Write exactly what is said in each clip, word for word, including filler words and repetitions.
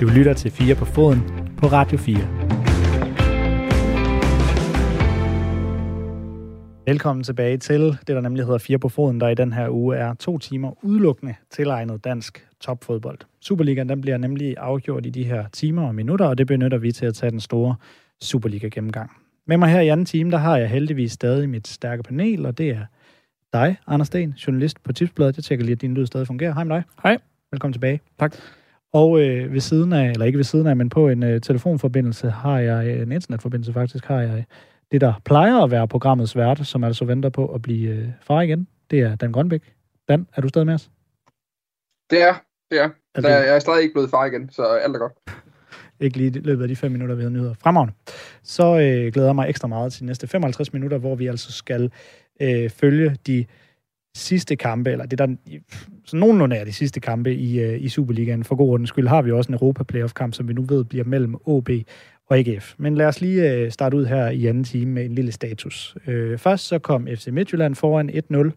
Du lytter til fire på foden på Radio fire. Velkommen tilbage til det, der nemlig hedder fire på foden, der i den her uge er to timer udelukkende tilegnet dansk topfodbold. Superligaen den bliver nemlig afgjort i de her timer og minutter, og det benytter vi til at tage den store Superliga-gennemgang. Med mig her i anden time, der har jeg heldigvis stadig mit stærke panel, og det er dig, Anders Sten, journalist på Tipsbladet. Jeg tjekker lige, at din lyd stadig fungerer. Hej med dig. Hej. Velkommen tilbage. Tak. Og øh, ved siden af, eller ikke ved siden af, men på en øh, telefonforbindelse har jeg, en internetforbindelse faktisk, har jeg det, der plejer at være programmets vært, som altså venter på at blive øh, far igen. Det er Dan Grønbæk. Dan, er du stadig med os? Det er, det er. Altså, jeg er stadig ikke blevet far igen, så alt er godt. Ikke lige i løbet af de fem minutter, vi har nyheder. Fremragende. Så øh, glæder jeg mig ekstra meget til de næste femoghalvtreds minutter, hvor vi altså skal øh, følge de sidste kampe, eller det der så nogenlunde er de sidste kampe i, øh, i Superligaen. For god ordens skyld har vi også en Europa-playoff-kamp, som vi nu ved bliver mellem O B og A G F. Men lad os lige øh, starte ud her i anden time med en lille status. Øh, først så kom F C Midtjylland foran et nul,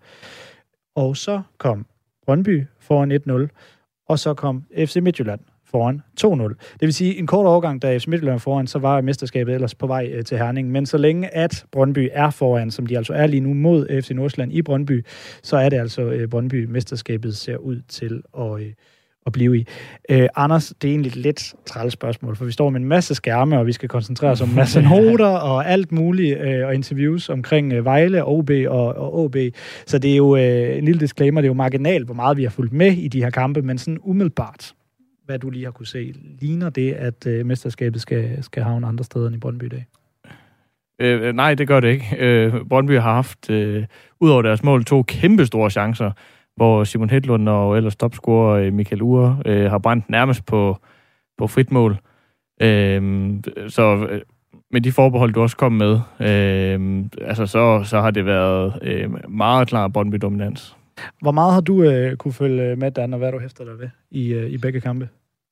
og så kom Brøndby foran et nul, og så kom F C Midtjylland foran to nul. Det vil sige, en kort overgang, da F C Midtjylland foran, så var mesterskabet ellers på vej øh, til Herning. Men så længe at Brøndby er foran, som de altså er lige nu mod F C Nordsjælland i Brøndby, så er det altså øh, Brøndby, mesterskabet ser ud til at, øh, at blive i. Øh, Anders, det er egentlig et lidt træls spørgsmål, for vi står med en masse skærme, og vi skal koncentrere os om en masse noter og alt muligt, øh, og interviews omkring øh, Vejle, O B og, og O B. Så det er jo øh, en lille disclaimer, det er jo marginalt, hvor meget vi har fulgt med i de her kampe, men sådan umiddelbart, hvad du lige har kunne se, ligner det, at øh, mesterskabet skal, skal havne andre steder end i Brøndby i dag? Øh, nej, det gør det ikke. Øh, Brøndby har haft, øh, ud over deres mål, to kæmpe store chancer, hvor Simon Hedlund og ellers topscorer Michael Uhre øh, har brændt nærmest på, på frit mål. Øh, så øh, med de forbehold, du også kom med, øh, altså så, så har det været øh, meget klar Brøndby-dominans. Hvor meget har du øh, kunne følge med, Dan, og hvad du hæfter dig ved i, øh, i begge kampe?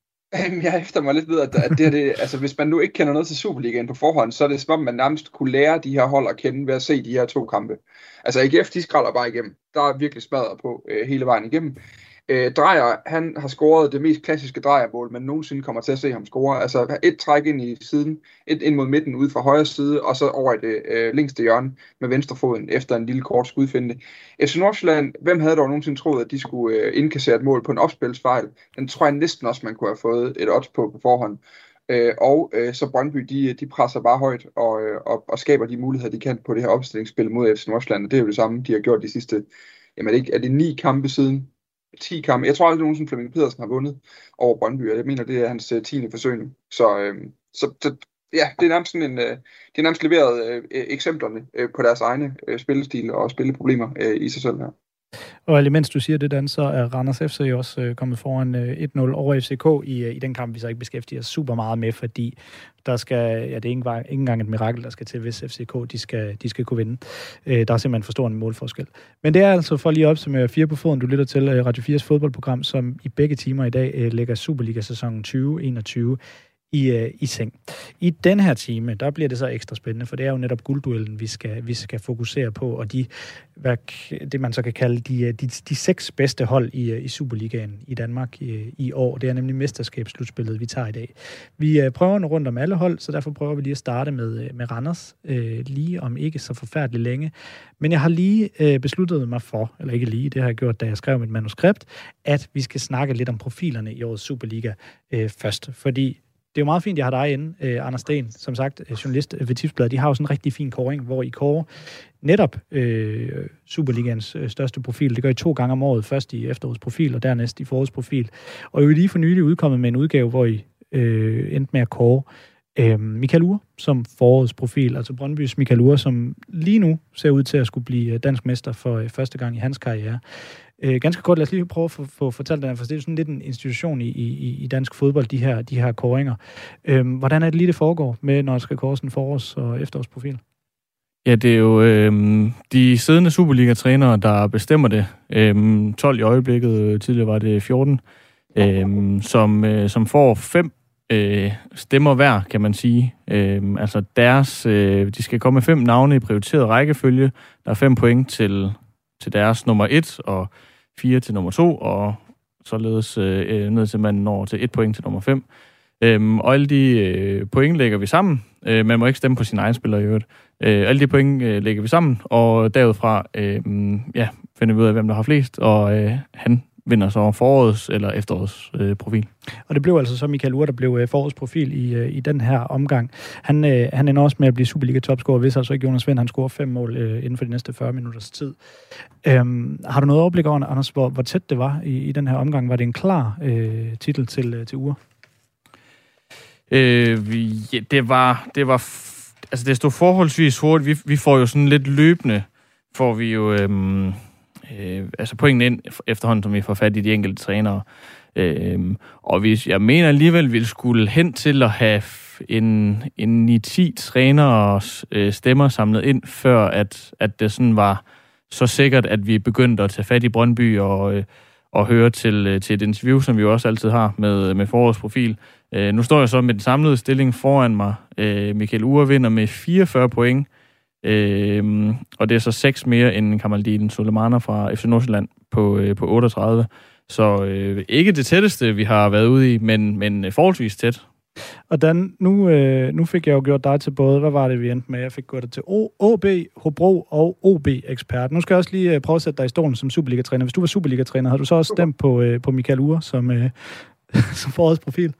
Jeg hæfter mig lidt ved, at, at det, det, altså, hvis man nu ikke kender noget til Superligaen på forhånd, så er det som om, man nærmest kunne lære de her hold at kende ved at se de her to kampe. Altså A G F, de skralder bare igennem. Der er virkelig smadret på øh, hele vejen igennem. Øh, Drejer, han har scoret det mest klassiske Drejermål, man nogensinde kommer til at se ham score. Altså et træk ind i siden, et ind mod midten ude fra højre side, og så over i det øh, længste hjørne med venstrefoden efter en lille kort skudfinte. F C Nordsjælland, hvem havde dog nogensinde troet, at de skulle øh, indkassere et mål på en opspilsfejl? Den tror jeg næsten også, man kunne have fået et odds på på forhånd. Øh, og øh, så Brøndby, de, de presser bare højt og, øh, og, og skaber de muligheder, de kan på det her opstillingsspil mod F C Nordsjælland. Og det er jo det samme, de har gjort de sidste, jamen er det, ikke, er det ni kampe siden? ti kampe. Jeg tror aldrig nogensinde Flemming Pedersen har vundet over Brøndby, og jeg mener, det er hans uh, tiende forsøg nu. Så, øh, så, så ja, det er nærmest sådan en, uh, det er nærmest leveret uh, eksemplerne uh, på deres egne uh, spillestil og spilleproblemer uh, i sig selv her. Og mens du siger det, Dan, så er Randers F C også øh, kommet foran øh, et nul over F C K i, øh, i den kamp, vi så ikke beskæftiger os super meget med, fordi der skal, ja, det er ikke, ikke engang et mirakel, der skal til, hvis F C K de skal, de skal kunne vinde. Øh, der er simpelthen for stor en målforskel. Men det er altså for lige op som fire på foden, du lytter til øh, Radio fires fodboldprogram, som i begge timer i dag øh, lægger Superliga-sæsonen tyve enogtyve i, øh, i seng. I den her time, der bliver det så ekstra spændende, for det er jo netop guldduellen, vi skal, vi skal fokusere på, og de, hvad, det man så kan kalde de, de, de seks bedste hold i, i Superligaen i Danmark i, i år. Det er nemlig mesterskabsslutspillet, vi tager i dag. Vi øh, prøver nu rundt om alle hold, så derfor prøver vi lige at starte med, med Randers, øh, lige om ikke så forfærdeligt længe. Men jeg har lige øh, besluttet mig for, eller ikke lige, det har jeg gjort, da jeg skrev mit manuskript, at vi skal snakke lidt om profilerne i årets Superliga øh, først, fordi det er jo meget fint, jeg har dig inde, eh, Anders Sten, som sagt, journalist ved Tipsbladet. De har jo sådan en rigtig fin kåring, hvor I kårer netop øh, Superligans øh, største profil. Det gør I to gange om året. Først i efterårets profil, og dernæst i forårets profil. Og I er jo lige for nylig udkommet med en udgave, hvor I øh, endte med at kåre øh, Michael Uhre som forårets profil. Altså Brøndbys Michael Uhre, som lige nu ser ud til at skulle blive dansk mester for øh, første gang i hans karriere. Øh, ganske kort, lad os lige prøve at få, få fortalt den her, for det er sådan lidt en institution i, i, i dansk fodbold, de her, de her kåringer. Øh, hvordan er det lige, det foregår med, når der skal kåres en forårs- og efterårsprofil? Ja, det er jo øh, de siddende Superliga-trænere, der bestemmer det. Øh, tolv i øjeblikket, tidligere var det fjorten, øh, som, øh, som får fem øh, stemmer hver, kan man sige. Øh, altså deres, øh, de skal komme med fem navne i prioriteret rækkefølge. Der er fem point til, til deres nummer et, og fire til nummer to, og således øh, ned til man når til et point til nummer fem. Øhm, og alle de øh, point lægger vi sammen. Øh, man må ikke stemme på sin egen spiller i øvrigt. Øh, alle de point øh, lægger vi sammen, og derudfra øh, ja, finder vi ud af, hvem der har flest, og øh, han vinder så forårets eller efterårets øh, profil. Og det blev altså så Michael Uhre, der blev øh, forårets profil i, øh, i den her omgang. Han, øh, han ender også med at blive Superliga-topscorer, hvis altså ikke Jonas Vind, han scorer fem mål øh, inden for de næste fyrre minutters tid. Øhm, har du noget overblik over, Anders, hvor, hvor tæt det var i, i den her omgang? Var det en klar øh, titel til, øh, til Uhre? Øh, ja, det var, det var, f- altså det stod forholdsvis hurtigt. Vi, vi får jo sådan lidt løbende, får vi jo, øhm, øh, altså pointene ind efterhånden, som vi får fat i de enkelte trænere. Øhm, og hvis jeg mener alligevel, vi skulle hen til at have en, en ni ti træners øh, stemmer samlet ind, før at, at det sådan var så sikkert, at vi begyndte at tage fat i Brøndby og, øh, og høre til, til et interview, som vi jo også altid har med, med forårets profil. Øh, nu står jeg så med den samlede stilling foran mig. Øh, Michael Uhre vinder med fireogfyrre point, øh, og det er så seks mere end Kamaldeen Sulemana fra F C Nordsjælland på, øh, på otteogtredive. Så øh, ikke det tætteste, vi har været ude i, men, men forholdsvis tæt. Og Dan, nu, øh, nu fik jeg jo gjort dig til både, hvad var det, vi endte med? Jeg fik gjort det til O B, Hobro og O B-ekspert. Nu skal jeg også lige øh, prøve at sætte dig i stolen som Superliga-træner. Hvis du var Superliga-træner, havde du så også stemt på, øh, på Michael Uhre som, øh, som forårets profil?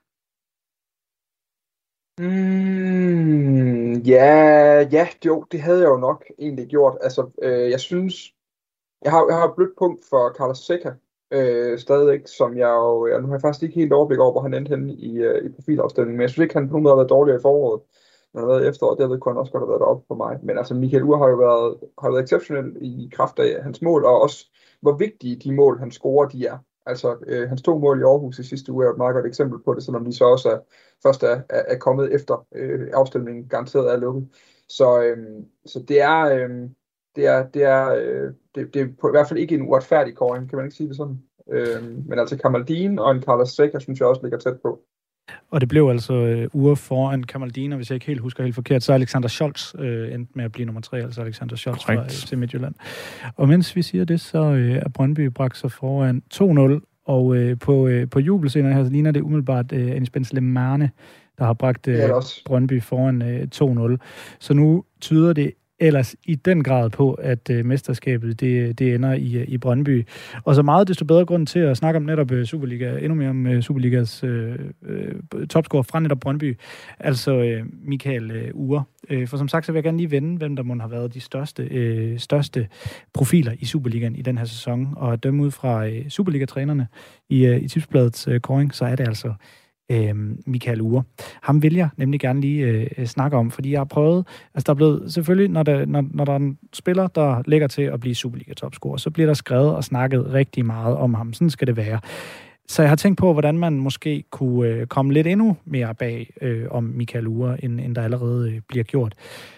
Mm, ja, ja, jo, det havde jeg jo nok egentlig gjort. Altså, øh, jeg synes, jeg har, jeg har et blødt punkt for Carlos Seca, øh, stadigvæk, som jeg jo, ja, nu har jeg faktisk ikke helt overblik over, hvor han endte henne i, øh, i profilafstemningen, men jeg synes ikke, han på nogen måde har været dårligere i foråret, når han har været efteråret, derved kunne han også godt have været deroppe for mig. Men altså, Michael Uhre har jo været, har været exceptionel i kraft af hans mål, og også hvor vigtige de mål, han scorer, de er. Altså, øh, hans to mål i Aarhus i sidste uge er et meget godt eksempel på det, selvom de så også er, først er, er, er kommet efter øh, afstemningen, garanteret er lukket. Så, øh, så det er, øh, det er, det er, øh, det, det er på, i hvert fald ikke en uretfærdig kåring, kan man ikke sige det sådan. Øh, men altså Kamaldeen og en Carlos Seca, synes jeg også ligger tæt på. Og det blev altså øh, Uhre foran Kamaldeen, og hvis jeg ikke helt husker helt forkert, så Alexander Scholz øh, endte med at blive nummer tre, altså Alexander Scholz fra F C Midtjylland. Og mens vi siger det, så øh, er Brøndby bragt sig foran to nul, og øh, på, øh, på jubelscenen her, så ligner det umiddelbart øh, Anis Ben Slimane, der har bragt øh, Brøndby foran øh, to nul. Så nu tyder det ellers i den grad på, at øh, mesterskabet det, det ender i, i Brøndby. Og så meget desto bedre grund til at snakke om netop Superliga, endnu mere om uh, Superligas øh, øh, topscorer fra netop Brøndby, altså øh, Michael øh, Uhre. Øh, for som sagt, så vil jeg gerne lige vende, hvem der må have været de største, øh, største profiler i Superligaen i den her sæson. Og at dømme ud fra øh, Superliga-trænerne i, øh, i Tipsbladets øh, kåring, så er det altså Øhm, Michael Uhre. Ham vil jeg nemlig gerne lige øh, snakke om, fordi jeg har prøvet, altså der er blevet, selvfølgelig, når der, når, når der er en spiller, der ligger til at blive Superliga-topscorer, så bliver der skrevet og snakket rigtig meget om ham. Sådan skal det være. Så jeg har tænkt på, hvordan man måske kunne øh, komme lidt endnu mere bag øh, om Michael Uhre, end, end der allerede øh, bliver gjort.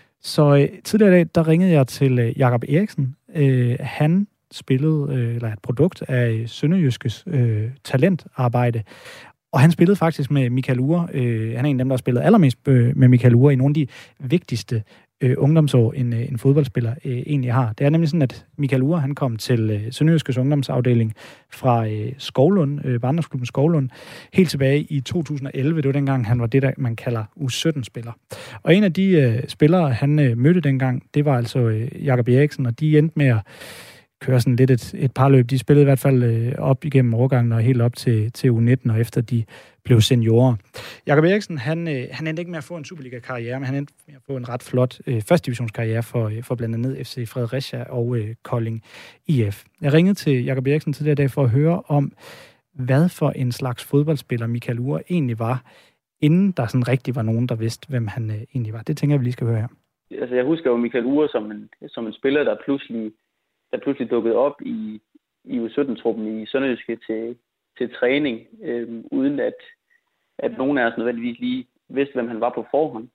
Så øh, tidligere i dag, der ringede jeg til øh, Jakob Eriksen. Øh, han spillede, øh, eller et produkt af Sønderjyskes øh, talentarbejde. Og han spillede faktisk med Michael Uhre. Øh, han er en af dem, der har spillet allermest øh, med Michael Uhre i nogle af de vigtigste øh, ungdomsår, en, øh, en fodboldspiller øh, egentlig har. Det er nemlig sådan, at Michael Uhre, han kom til øh, Sønderjyskes ungdomsafdeling fra øh, Skovlund, øh, barndomsklubben Skovlund, helt tilbage i to tusind og elleve. Det var dengang, han var det, der man kalder U sytten-spiller. Og en af de øh, spillere, han øh, mødte dengang, det var altså øh, Jakob Eriksen, og de endte med at kører sådan lidt et, et par løb. De spillede i hvert fald øh, op igennem årgangen og helt op til, til U nitten, og efter de blev seniorer. Jakob Eriksen, han, øh, han endte ikke med at få en Superliga-karriere, men han endte med at få en ret flot øh, førstedivisionskarriere for, øh, for blandt andet F C Fredericia og øh, Kolding I F. Jeg ringede til Jakob Eriksen tidligere i dag for at høre om, hvad for en slags fodboldspiller Michael Uhre egentlig var, inden der sådan rigtig var nogen, der vidste, hvem han øh, egentlig var. Det tænker jeg, vi lige skal høre her. Altså, jeg husker jo Michael Uhre som en, som en spiller, der pludselig der pludselig dukkede op i, i U sytten-truppen i Sønderjyske til, til træning, øh, uden at, at nogen af os nødvendigvis lige vidste, hvem han var på forhånd.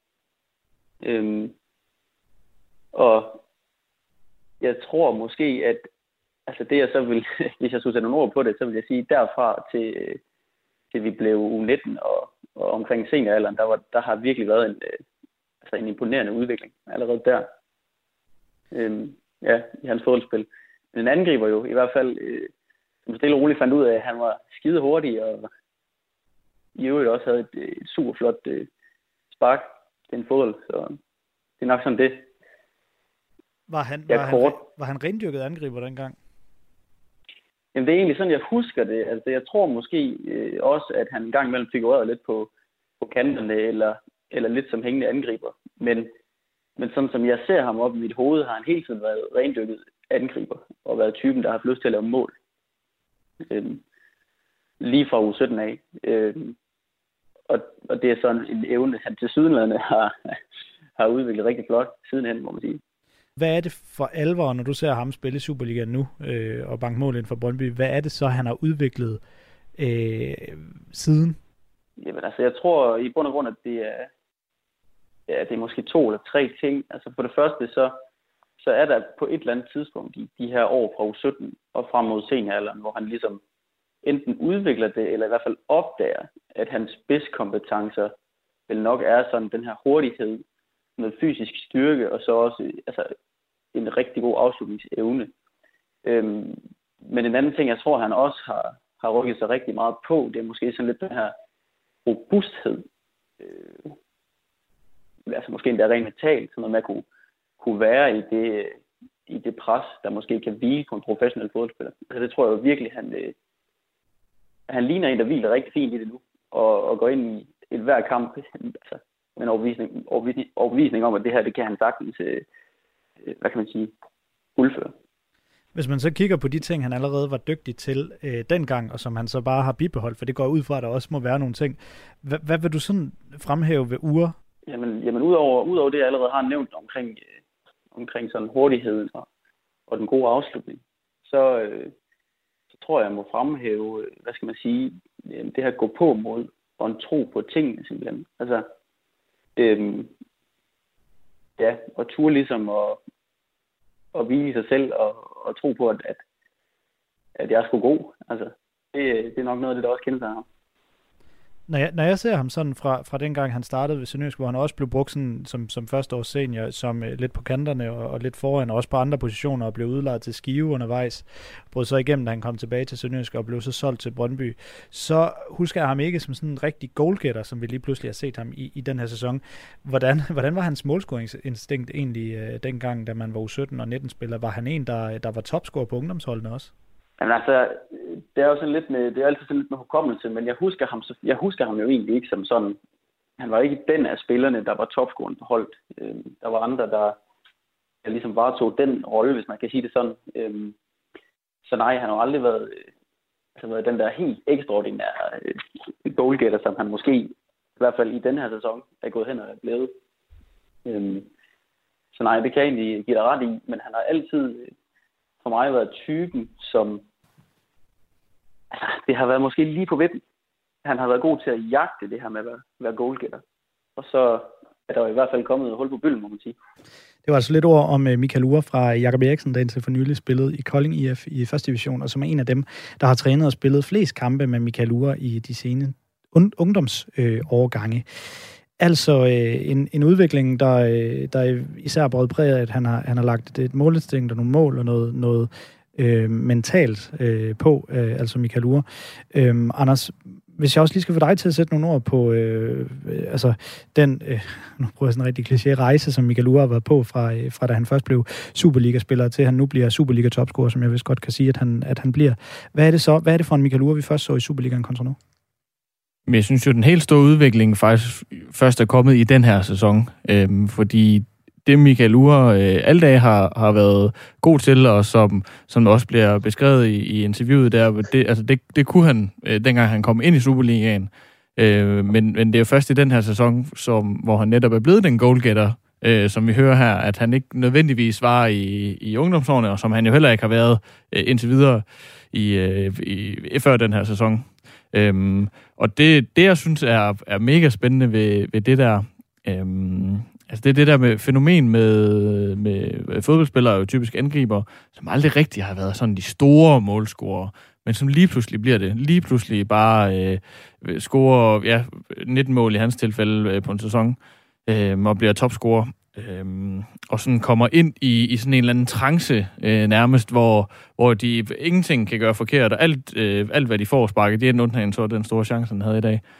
Øh, og jeg tror måske, at altså det jeg så vil, hvis jeg skulle sætte nogle ord på det, så vil jeg sige, derfra til, til vi blev U nitten og, og omkring senioralderen, der, var, der har virkelig været en, altså en imponerende udvikling allerede der. Øh, Ja, i hans fodboldspil. Men en angriber jo i hvert fald, øh, som stille og roligt fandt ud af, at han var skide hurtig og, i øvrigt også havde et, et super flot øh, spark til en fodbold, så det er nok sådan det. Var han, ja, var han, var han rendyrket angriber dengang? Jamen, det er egentlig sådan, jeg husker det. Altså, jeg tror måske øh, også, at han en gang imellem figurerede lidt på, på kanterne, eller, eller lidt som hængende angriber. Men, men sådan som jeg ser ham op i mit hoved, har han hele tiden været rendyrket angriber, og været typen, der har haft lyst til at lave mål. Øhm, lige fra U sytten af. Øhm, og, og det er sådan en evne, han til sydenlandet har, har udviklet rigtig flot sidenhen, må man sige. Hvad er det for alvor, når du ser ham spille i Superligaen nu, øh, og banke mål ind for Brøndby? Hvad er det så, han har udviklet øh, siden? Jamen altså, jeg tror i bund og grund, at det er, ja, det er måske to eller tre ting. Altså for det første, så, så er der på et eller andet tidspunkt i de her år fra U sytten og frem mod senioralderen, hvor han ligesom enten udvikler det, eller i hvert fald opdager, at hans spidskompetencer vel nok er sådan den her hurtighed, noget fysisk styrke, og så også altså, en rigtig god afslutningsevne. Øhm, men en anden ting, jeg tror, han også har, har rykket sig rigtig meget på, det er måske sådan lidt den her robusthed. Øh, altså måske endda rent mentalt, sådan noget med at kunne, kunne være i det, i det pres, der måske kan hvile på en professionel fodboldspiller. Altså det tror jeg jo virkelig, han, øh, han ligner en, der hviler rigtig fint i det nu, og, og går ind i et hver kamp, altså med en overbevisning, overbevisning, overbevisning om, at det her, det kan han sagtens, øh, hvad kan man sige, fuldføre. Hvis man så kigger på de ting, han allerede var dygtig til øh, dengang, og som han så bare har bibeholdt, for det går ud fra, at der også må være nogle ting. H- hvad vil du sådan fremhæve ved Ure? Jamen, jamen udover, udover det, jeg allerede har nævnt omkring, øh, omkring sådan hurtigheden og, og den gode afslutning, så, øh, så tror jeg, jeg må fremhæve, øh, hvad skal man sige, øh, det her gå på mod og en tro på tingene simpelthen. Altså, øh, ja, og turde ligesom at, at hvile sig selv og, og tro på, at, at, at jeg er sgu god. Altså, det, det er nok noget af det, der også kender sig ham. Når jeg, når jeg ser ham sådan fra, fra dengang han startede ved Sønderjysk, hvor han også blev brugt sådan, som, som førsteårs senior, som uh, lidt på kanterne og, og lidt foran, og også på andre positioner, og blev udlejet til Skive undervejs, brød så igennem, da han kom tilbage til Sønderjysk og blev så solgt til Brøndby, så husker jeg ham ikke som sådan en rigtig goalgetter, som vi lige pludselig har set ham i, i den her sæson. Hvordan, hvordan var hans målscoringsinstinkt egentlig uh, dengang, da man var U sytten og nitten-spiller? Var han en, der, der var topscorer på ungdomsholdene også? Jamen altså, det er jo sådan lidt med, det er altid sådan lidt med hukommelse, men jeg husker ham, jeg husker ham jo egentlig ikke som sådan, han var ikke den af spillerne, der var topscoren på holdet. Øhm, der var andre, der, der ligesom varetog den rolle, hvis man kan sige det sådan. Øhm, så nej, han har aldrig været, altså været den der helt ekstraordinære øh, goalgetter, som han måske, i hvert fald i den her sæson, er gået hen og er blevet. Øhm, så nej, det kan jeg egentlig give dig ret i, men han har altid for mig været typen, som altså, det har været måske lige på vippen. Han har været god til at jagte det her med at være, være goalgetter. Og så er der i hvert fald kommet et hul på bølgen, må man sige. Det var altså lidt ord om Michael Ure fra Jakob Eriksen, der indtil for nylig spillede i Kolding I F i første division, og som er en af dem, der har trænet og spillet flest kampe med Michael Ure i de senere ungdomsårgange. Øh, altså øh, en, en udvikling, der, øh, der især brød præget af, at han har, han har lagt et målinstinkt og nogle mål og noget, noget øh, mentalt øh, på, øh, altså Michael Ure. Øh, Anders, hvis jeg også lige skal få dig til at sætte nogle ord på øh, øh, altså den, øh, nu prøver jeg sådan en rigtig kliché, rejse, som Michael Ure har været på fra, øh, fra da han først blev Superliga-spiller til han nu bliver Superliga-topscorer, som jeg vist godt kan sige, at han, at han bliver. Hvad er det så? Hvad er det for en Michael Ure, vi først så i Superligaen kontra nu? Men jeg synes jo, den helt store udvikling faktisk først er kommet i den her sæson, øhm, fordi det Michael Ure øh, alle dage har, har været god til, og som, som også bliver beskrevet i, i interviewet der, det, altså det, det kunne han, øh, dengang han kom ind i Superligaen. Øh, men, men det er jo først i den her sæson, som, hvor han netop er blevet den goalgetter, øh, som vi hører her, at han ikke nødvendigvis var i, i ungdomsårene, og som han jo heller ikke har været øh, indtil videre i, øh, i, før den her sæson. Øhm, og det, det, jeg synes er, er mega spændende ved, ved det der, øhm, altså det er det der med fænomen med, med fodboldspillere, jo typisk angriber, som aldrig rigtig har været sådan de store målscorer, men som lige pludselig bliver det. Lige pludselig bare øh, scorer ja, nitten mål i hans tilfælde øh, på en sæson, øh, og bliver topscorer. Øhm, og sådan kommer ind i, i sådan en eller anden trance øh, nærmest, hvor, hvor de ingenting kan gøre forkert, og alt, øh, alt hvad de får sparket, det er en undtagen, så den store chance, han havde i dag.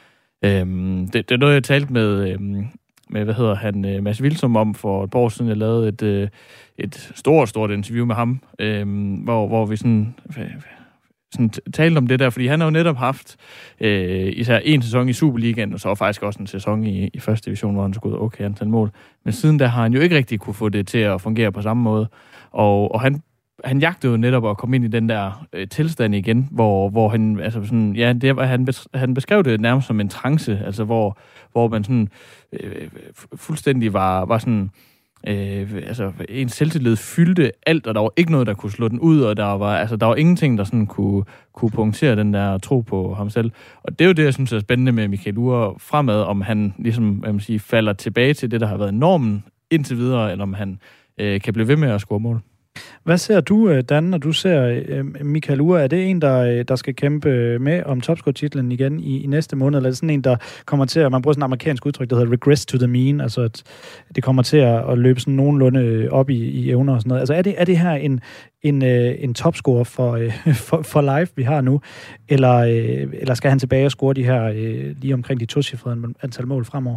Øhm, det, det er noget, jeg talte med, øhm, med hvad hedder han, Mads Vilsum om for et par år siden. Jeg lavede et, øh, et stort, stort interview med ham, øhm, hvor, hvor vi sådan... sådan talte om det der, fordi han har jo netop haft øh, især en sæson i Superligaen, og så faktisk også en sæson i, i første division, hvor han skulle okay antal mål. Men siden da har han jo ikke rigtig kunne få det til at fungere på samme måde. Og, og han, han jagtede jo netop at komme ind i den der øh, tilstand igen, hvor, hvor han, altså sådan, ja, det, han, bes, han beskrev det nærmest som en trance, altså hvor, hvor man sådan øh, fuldstændig var, var sådan, Øh, altså, ens selvtillid fyldte alt, og der var ikke noget, der kunne slå den ud, og der var, altså, der var ingenting, der sådan kunne, kunne punktere den der tro på ham selv. Og det er jo det, jeg synes er spændende med Michael Uhre fremad, om han ligesom, hvad man siger, falder tilbage til det, der har været normen indtil videre, eller om han øh, kan blive ved med at score mål. Hvad ser du, Dan, når du ser Michael Uhre? Er det en, der, der skal kæmpe med om topscore-titlen igen i, i næste måned, eller er det sådan en, der kommer til at, man bruger sådan en amerikansk udtryk, der hedder regress to the mean, altså at det kommer til at, at løbe sådan nogenlunde op i, i evner og sådan noget. Altså er det, er det her en, en, en topscore for, for, for life, vi har nu, eller, eller skal han tilbage og score de her lige omkring de tocifrede antal mål fremover?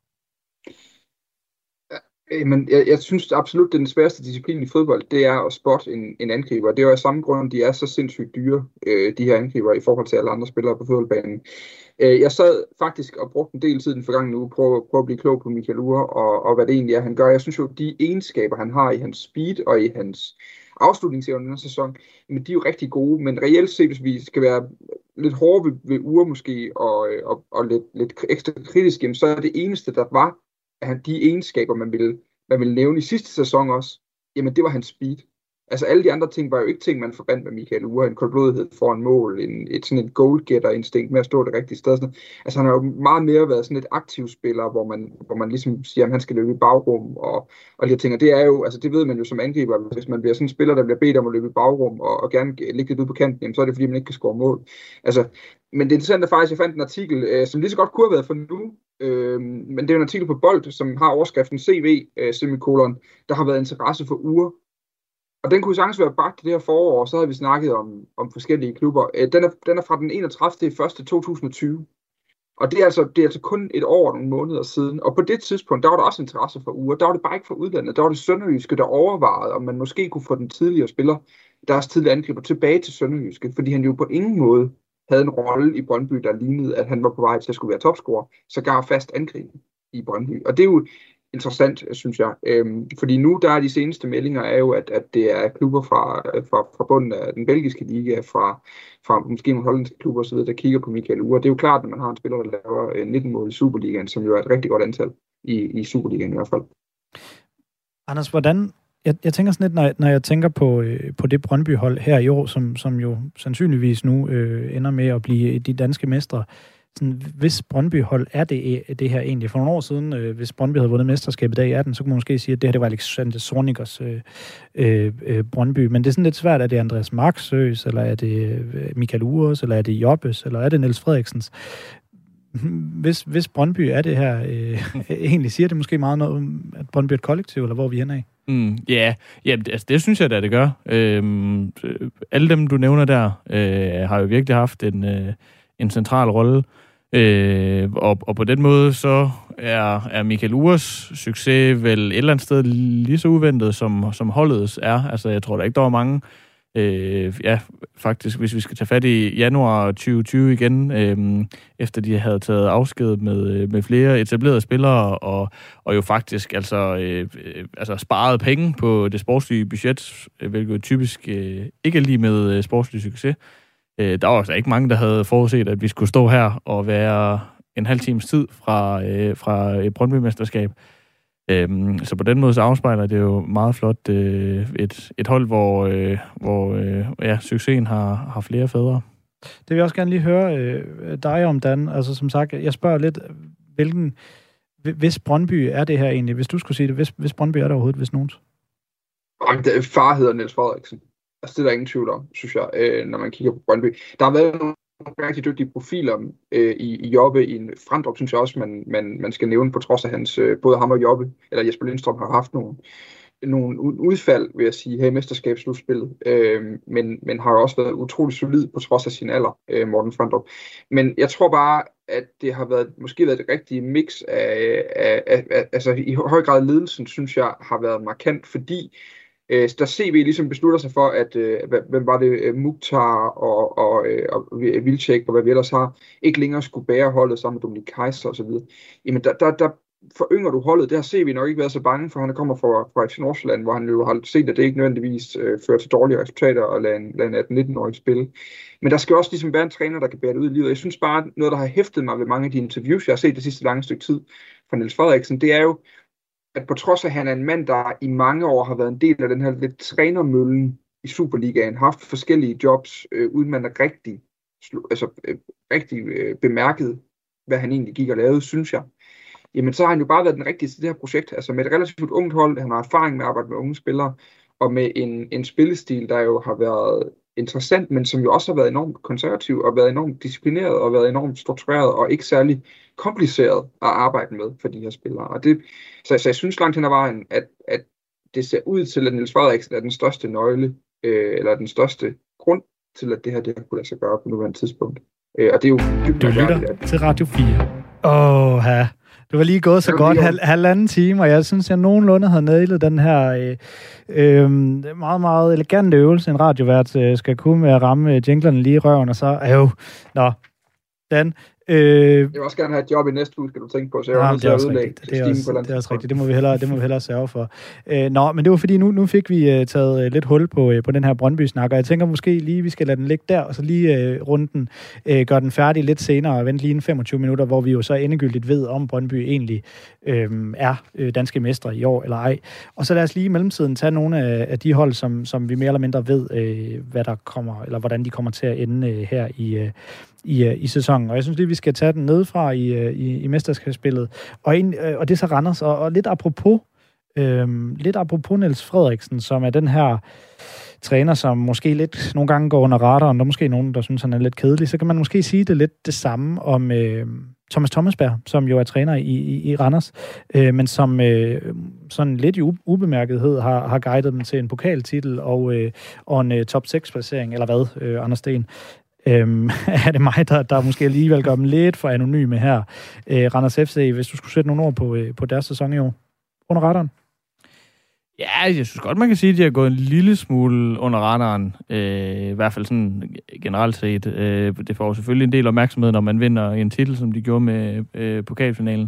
Men jeg, jeg synes absolut, det er den sværeste disciplin i fodbold, det er at spotte en, en angriber. Det er jo af samme grund, de er så sindssygt dyre, øh, de her angriber, i forhold til alle andre spillere på fodboldbanen. Øh, jeg sad faktisk og brugte en del tid den forgangne uge på, på at blive klog på Michael Uhre, og, og hvad det egentlig er, han gør. Jeg synes jo, de egenskaber, han har i hans speed og i hans afslutningsevne i den sæson, men de er jo rigtig gode, men reelt set, hvis vi skal være lidt hårde ved, ved Uhre måske, og, og, og lidt, lidt ekstra kritiske, så er det eneste, der var at de egenskaber, man ville, man ville nævne i sidste sæson også, jamen det var hans speed. Altså alle de andre ting var jo ikke ting, man forbandt med Michael Uhre, en koldblodighed foran mål, en, et sådan et goalgetter-instinkt med at stå det rigtige sted. Sådan. Altså han har jo meget mere været sådan et aktiv spiller, hvor man, hvor man ligesom siger, at han skal løbe i bagrum og, og de her ting. Og det er jo, altså det ved man jo som angriber, hvis man bliver sådan en spiller, der bliver bedt om at løbe i bagrum og, og gerne ligge lidt ude på kanten, jamen, så er det fordi, man ikke kan score mål. Altså, men det interessante er faktisk, at jeg fandt en artikel, øh, som lige så godt kunne have været for nu, øh, men det er en artikel på Bold, som har overskriften C V, øh, semikolon, der har været interesse for Uhre. Og den kunne sagtens være bagt det her forår, og så havde vi snakket om, om forskellige klubber. Den er, den er fra den enogtredivte første to tusind og tyve. Og det er, altså, det er altså kun et år og nogle måneder siden. Og på det tidspunkt, der var der også interesse for Uhre. Der var det bare ikke for udlandet. Der var det Sønderjyske, der overvejede, om man måske kunne få den tidligere spiller, deres tidligere angriber, tilbage til Sønderjyske. Fordi han jo på ingen måde havde en rolle i Brøndby, der lignede, at han var på vej til at skulle være topscorer. Så gav fast angriber i Brøndby. Og det er jo interessant, synes jeg. Øhm, fordi nu, der er de seneste meldinger, er jo, at, at det er klubber fra, fra, fra bunden af den belgiske liga, fra, fra måske nogle hollandske klubber osv., der kigger på Michael Uhre. Det er jo klart, når man har en spiller, der laver nitten mål i Superligaen, som jo er et rigtig godt antal i, i Superligaen i hvert fald. Anders, hvordan... Jeg, jeg tænker sådan lidt, når, når jeg tænker på, øh, på det Brøndby-hold her i år, som, som jo sandsynligvis nu øh, ender med at blive de danske mestre. Sådan, hvis Brøndby-hold er det, det her egentlig. For nogle år siden, øh, hvis Brøndby havde vundet mesterskabet i atten, så kunne man måske sige, at det her det var Alexander Zornigers øh, øh, Brøndby. Men det er sådan lidt svært, er det Andreas Marksøs, eller er det Michael Uhres, eller er det Jobbes, eller er det Niels Fredriksens? Hvis, hvis Brøndby er det her, øh, egentlig siger det måske meget noget om, at Brøndby er et kollektiv, eller hvor vi er af? Mm, yeah. Ja, altså det synes jeg da, det gør. Øhm, alle dem, du nævner der, øh, har jo virkelig haft en, øh, en central rolle. Øh, og, og på den måde, så er, er Michael Uhres succes vel et eller andet sted lige så uventet, som, som holdets er. Altså, jeg tror da ikke, der var mange... Øh, ja, faktisk, hvis vi skal tage fat i januar tyve tyve igen, øh, efter de havde taget afsked med, med flere etablerede spillere, og, og jo faktisk altså, øh, altså sparet penge på det sportslige budget, hvilket typisk øh, ikke er lige med øh, sportslig succes. Øh, der var altså ikke mange, der havde forudset, at vi skulle stå her og være en halv times tid fra, øh, fra et Brøndby-mesterskab. Øhm, så på den måde så afspejler det jo meget flot øh, et, et hold, hvor, øh, hvor øh, ja, succesen har, har flere fædre. Det vil jeg også gerne lige høre øh, dig om, Dan. Altså som sagt, jeg spørger lidt, hvilken, hvis Brøndby er det her egentlig? Hvis du skulle sige det, hvis, hvis Brøndby er det overhovedet, hvis nogen? Far hedder Niels Frederiksen. Altså det er der ingen tvivl om, synes jeg, øh, når man kigger på Brøndby. Der har været nogle rigtig dygtige profiler øh, i, i Jobbe. I en Frandrup, synes jeg også, man, man, man skal nævne, på trods af hans, øh, både ham og Jobbe, eller Jesper Lindstrøm, har haft nogle, nogle udfald, vil jeg sige, her i mesterskabsslutspillet, øh, men, men har jo også været utrolig solid på trods af sin alder, øh, Morten Frandrup. Men jeg tror bare, at det har været, måske været et rigtigt mix af, af, af, af, altså i høj grad ledelsen, synes jeg, har været markant, fordi øh, der C V ligesom beslutter sig for, at øh, hvem var det, Mukhtar og, og, øh, og Wilczek og hvad vi ellers har, ikke længere skulle bære holdet sammen med Dominik Kaiser og så videre. Jamen der, der, der forynger du holdet, det har C V nok ikke været så bange for, han kommer fra, fra F C Nordsjælland, hvor han jo har set, at det ikke nødvendigvis øh, fører til dårlige resultater at lade en, lade en atten-nitten-årig spille. Men der skal også ligesom være en træner, der kan bære det ud i livet. Jeg synes bare, noget, der har hæftet mig ved mange af de interviews, jeg har set det sidste lange stykke tid fra Niels Frederiksen, det er jo, at på trods af, at han er en mand, der i mange år har været en del af den her lidt trænermøllen i Superligaen, har haft forskellige jobs, øh, uden man er rigtig, altså, øh, rigtig øh, bemærket, hvad han egentlig gik og lavede, synes jeg. Jamen, så har han jo bare været den rigtige til det her projekt. Altså med et relativt ungt hold, han har erfaring med at arbejde med unge spillere, og med en, en spillestil, der jo har været interessant, men som jo også har været enormt konservativ, og været enormt disciplineret, og været enormt struktureret, og ikke særlig kompliceret at arbejde med for de her spillere. Og det, så, så jeg synes langt hen ad vejen, at, at det ser ud til, at Niels Frederiksen er den største nøgle, øh, eller den største grund til, at det her det har kunne lade sig gøre på nuværende tidspunkt. Øh, og det er jo dybt Du lytter at... til Radio fire. Åh, her. Det var lige gået så godt hal- halvanden time, og jeg synes, jeg nogenlunde havde nailet den her øh, øh, meget, meget elegante øvelse, en radiovært øh, skal kunne med at ramme jinglerne lige i røven, og så, øh, nå, Dan. Øh, jeg vil også gerne have et job i næste uge, skal du tænke på, så jeg nej, er nødt til at ødelægge det er også, det er også rigtigt, det må vi hellere, det må vi hellere sørge for. Øh, nå, men det var fordi, nu, nu fik vi uh, taget uh, lidt hul på, uh, på den her Brøndby-snak, og jeg tænker måske lige, vi skal lade den ligge der, og så lige uh, runde den, uh, gøre den færdig lidt senere, og vente lige en femogtyve minutter, hvor vi jo så endegyldigt ved, om Brøndby egentlig øh, er øh, danske mestre i år eller ej. Og så lad os lige i mellemtiden tage nogle af, af de hold, som, som vi mere eller mindre ved, øh, hvad der kommer, eller hvordan de kommer til at ende øh, her i øh, I, i sæsonen. Og jeg synes lige, vi skal tage den nedefra i, i, i mesterskabsspillet. Og, en, og det er så Randers. Og, og lidt apropos, øhm, lidt apropos Niels Frederiksen, som er den her træner, som måske lidt nogle gange går under radaren, og måske nogen, der synes, han er lidt kedelig, så kan man måske sige det lidt det samme om øh, Thomas Thomasberg, som jo er træner i, i, i Randers, øh, men som øh, sådan lidt i ubemærkethed har, har guidet dem til en pokaltitel og, øh, og en øh, top seks placering, eller hvad, øh, Anders Sten? Øhm, er det mig, der, der måske alligevel gør dem lidt for anonyme her. Øh, Randers F C, hvis du skulle sætte nogle ord på, øh, på deres sæson i år. Under radaren? Ja, jeg synes godt, man kan sige, at de har gået en lille smule under radaren. Øh, I hvert fald sådan generelt set. Øh, det får selvfølgelig en del opmærksomhed, når man vinder en titel, som de gjorde med øh, pokalfinalen.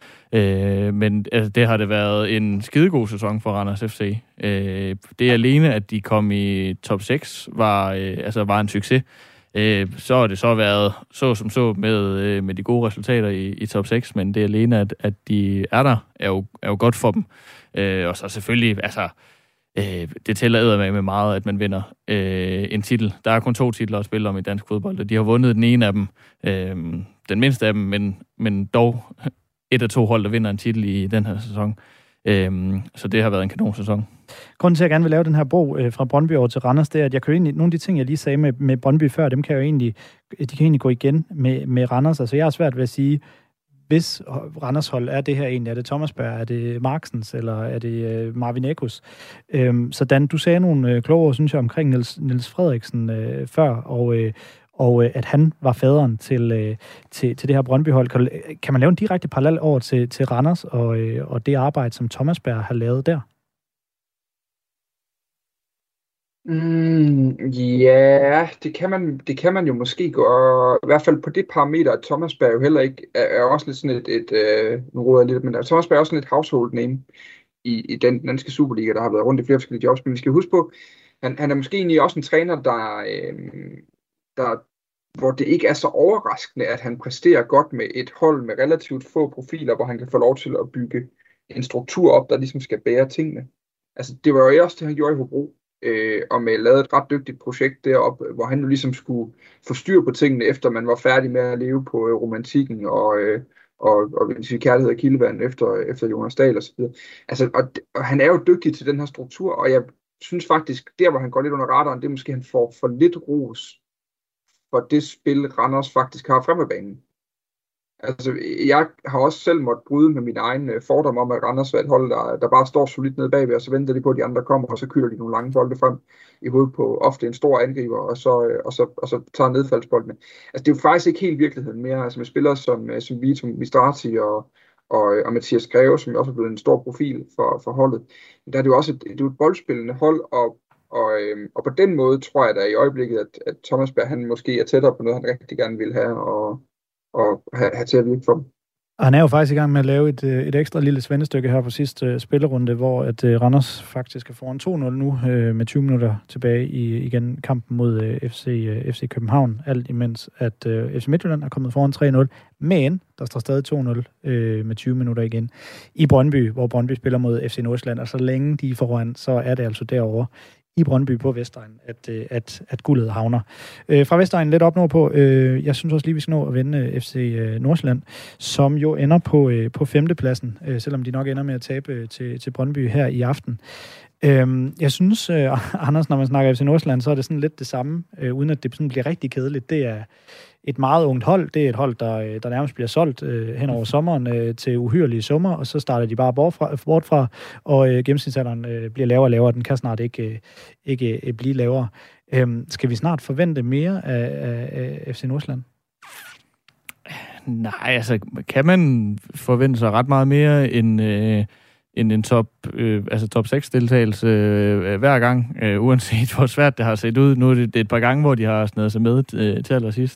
Øh, men altså, det har det været en skidegod sæson for Randers F C. Øh, det alene, at de kom i top seks, var, øh, altså, var en succes. Øh, så har det så været så som så med, øh, med de gode resultater i, i top seks, men det alene, at, at de er der, er jo, er jo godt for dem. Øh, og så selvfølgelig, altså, øh, det tæller eddermame med meget, at man vinder øh, en titel. Der er kun to titler at spille om i dansk fodbold, og de har vundet den ene af dem, øh, den mindste af dem, men, men dog et af to hold, der vinder en titel i den her sæson. Øhm, så det har været en kanonsæson. Grunden til, at jeg gerne vil lave den her bro øh, fra Brøndby over til Randers, det er, at jeg kan jo egentlig, nogle af de ting, jeg lige sagde med, med Brøndby før, dem kan jeg jo egentlig, de kan egentlig gå igen med, med Randers. Altså jeg har svært ved at sige, hvis Randers hold er det her egentlig, er det Thomasberg, er det Marksens, eller er det øh, Marvin Ekos? Øhm, så Dan, du sagde nogle øh, kloge ord, synes jeg, omkring Niels, Niels Frederiksen øh, før, og øh, og øh, at han var faderen til, øh, til, til det her Brøndby-hold. Kan, kan man lave en direkte parallel over til, til Randers og, øh, og det arbejde, som Thomasberg har lavet der? Mm, ja, det kan, man, det kan man jo måske gøre. I hvert fald på det parameter, at Thomasberg jo heller ikke er, er også lidt sådan et, et øh, nu råder jeg lidt, men Thomasberg er også sådan et household name i, i den danske Superliga, der har været rundt i flere forskellige jobs. Men vi skal huske på, han, han er måske egentlig også en træner, der... Øh, Der, hvor det ikke er så overraskende, at han præsterer godt med et hold med relativt få profiler, hvor han kan få lov til at bygge en struktur op, der ligesom skal bære tingene. Altså, det var jo også det, han gjorde i Hobro, øh, og med lavet et ret dygtigt projekt deroppe, hvor han jo ligesom skulle få styr på tingene, efter man var færdig med at leve på øh, romantikken og, øh, og, og, og kærlighed og kildevand efter, efter Jonas Dahl og så videre. Altså, og, og han er jo dygtig til den her struktur, og jeg synes faktisk, der hvor han går lidt under radaren, det er måske, han får for lidt ros for det spil, Randers faktisk har fremme banen. Altså, jeg har også selv måttet bryde med min egen fordom om, at Randers er et hold, der, der bare står solidt nede bagved, og så venter de på, at de andre kommer, og så kylder de nogle lange bolde frem i hovedet på ofte en stor angriber, og så, og så, og så tager nedfaldsboldene. Altså, det er jo faktisk ikke helt virkeligheden mere. Altså, med spillere som, som Vito Mistrati og, og, og Mathias Greve, som også er blevet en stor profil for, for holdet, der er det jo også et, det er jo et boldspillende hold, og Og, øhm, og på den måde tror jeg da i øjeblikket, at, at Thomas Berg, han måske er tættere på noget, han rigtig gerne vil have, og, og have, have til at virke for dem. Og han er jo faktisk i gang med at lave et, et ekstra lille svendestykke her på sidste spillerunde, hvor at uh, Randers faktisk er foran to nul nu, uh, med tyve minutter tilbage i igen kampen mod uh, F C, uh, F C København, alt imens at uh, F C Midtjylland er kommet foran tre nul, men der står stadig to nul uh, med tyve minutter igen i Brøndby, hvor Brøndby spiller mod F C Nordsjælland, og så længe de er foran, så er det altså derovre i Brøndby på Vestegnen, at, at, at guldet havner. Øh, fra Vestegnen lidt op nordpå, øh, jeg synes også lige, vi skal nå at vende F C øh, Nordsjælland, som jo ender på, øh, på femtepladsen, øh, selvom de nok ender med at tabe til, til Brøndby her i aften. Øh, jeg synes, øh, Anders, når man snakker F C Nordsjælland, så er det sådan lidt det samme, øh, uden at det sådan bliver rigtig kedeligt. Det er et meget ungt hold. Det er et hold, der, der nærmest bliver solgt øh, hen over sommeren øh, til uhyrelige summer, og så starter de bare bort fra, bort fra og øh, gennemsnitsalderen øh, bliver lavere og lavere. Den kan snart ikke, øh, ikke øh, blive lavere. Øhm, skal vi snart forvente mere af, af, af F C Nordsjælland? Nej, altså kan man forvente sig ret meget mere end, øh, end en top, øh, altså top seks deltagelse øh, hver gang, øh, uanset hvor svært det har set ud. Nu er det, det er et par gange, hvor de har snedet sig med øh, til allersidst.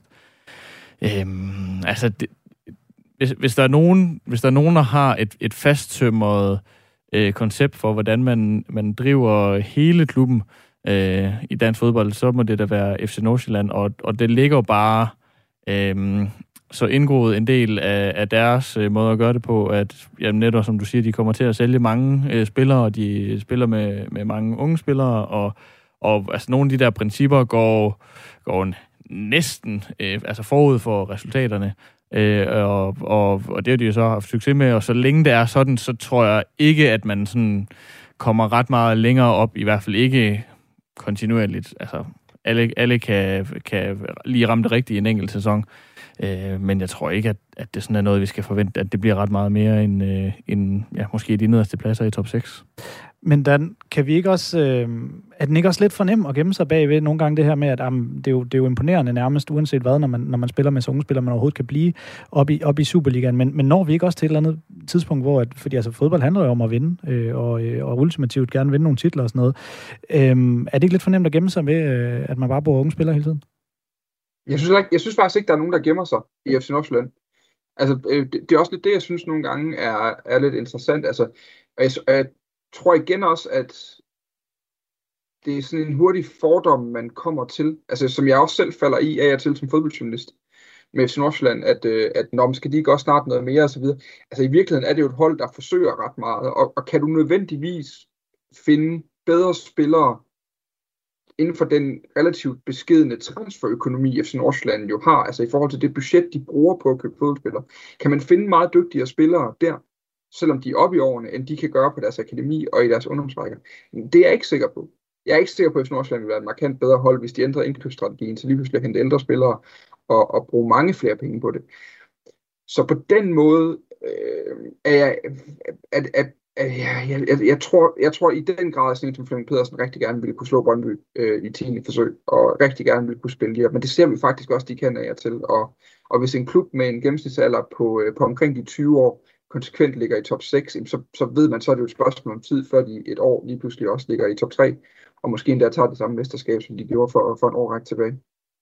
Øhm, altså, det, hvis, hvis, der er nogen, hvis der er nogen, der har et, et fasttømret øh, koncept for, hvordan man, man driver hele klubben øh, i dansk fodbold, så må det da være F C Nordsjælland, og, og det ligger bare øh, så indgroet en del af, af deres øh, måde at gøre det på, at jamen, netop som du siger, de kommer til at sælge mange øh, spillere, og de spiller med, med mange unge spillere, og, og altså, nogle af de der principper går, går næsten øh, altså forud for resultaterne, øh, og, og, og det har de jo så haft succes med, og så længe det er sådan, så tror jeg ikke, at man sådan kommer ret meget længere op, i hvert fald ikke kontinuerligt. Altså, alle, alle kan, kan lige ramme det rigtigt i en enkelt sæson, øh, men jeg tror ikke, at, at det sådan er noget, vi skal forvente, at det bliver ret meget mere end, øh, end ja, måske de nederste pladser i top seks. Men Dan, kan vi ikke også, øh, er den ikke også lidt for nem at gemme sig bagved nogle gange det her med, at um, det, er jo, det er jo imponerende nærmest, uanset hvad, når man, når man spiller med så unge spillere, man overhovedet kan blive op i, op i Superligaen. Men, men når vi ikke også til et eller andet tidspunkt, hvor, at, fordi altså fodbold handler jo om at vinde, øh, og, øh, og ultimativt gerne vinde nogle titler og sådan noget. Øh, er det ikke lidt for nemt at gemme sig ved, øh, at man bare bruger unge spillere hele tiden? Jeg synes, ikke, jeg synes faktisk ikke, der er nogen, der gemmer sig i F C Nordsjælland. Altså, øh, det, det er også lidt det, jeg synes nogle gange er, er lidt interessant. Altså, og jeg, jeg tror igen også, at det er sådan en hurtig fordom, man kommer til, altså som jeg også selv falder i af og til som fodboldjournalist med F C Nordsjælland, at, øh, at når man skal de ikke også snart noget mere og så videre. Altså i virkeligheden er det jo et hold, der forsøger ret meget, og, og kan du nødvendigvis finde bedre spillere inden for den relativt beskedne transferøkonomi, F C Nordsjælland jo har, altså i forhold til det budget, de bruger på at købe fodboldspillere, kan man finde meget dygtigere spillere der, selvom de er oppe i årene, end de kan gøre på deres akademi og i deres ungdomsrækker. Det er jeg ikke sikker på. Jeg er ikke sikker på, at F C Nordsjælland vil være et markant bedre hold, hvis de ændrer indkøbsstrategien til lige pludselig at hente ældre spillere og, og bruge mange flere penge på det. Så på den måde øh, er jeg, at, at, at jeg, jeg, jeg, jeg, tror, jeg tror i den grad, at sådan som Flemming Pedersen rigtig gerne ville kunne slå Brøndby øh, i tiende forsøg, og rigtig gerne ville kunne spille lige. Men det ser vi faktisk også, de kender jeg til. Og, og hvis en klub med en gennemsnitsalder på, øh, på omkring de tyve år, konsekvent ligger i top seks, så, så ved man, så er det jo et spørgsmål om tid, før de et år lige pludselig også ligger i top tre, og måske endda tager det samme mesterskab, som de gjorde for, for en årrække tilbage.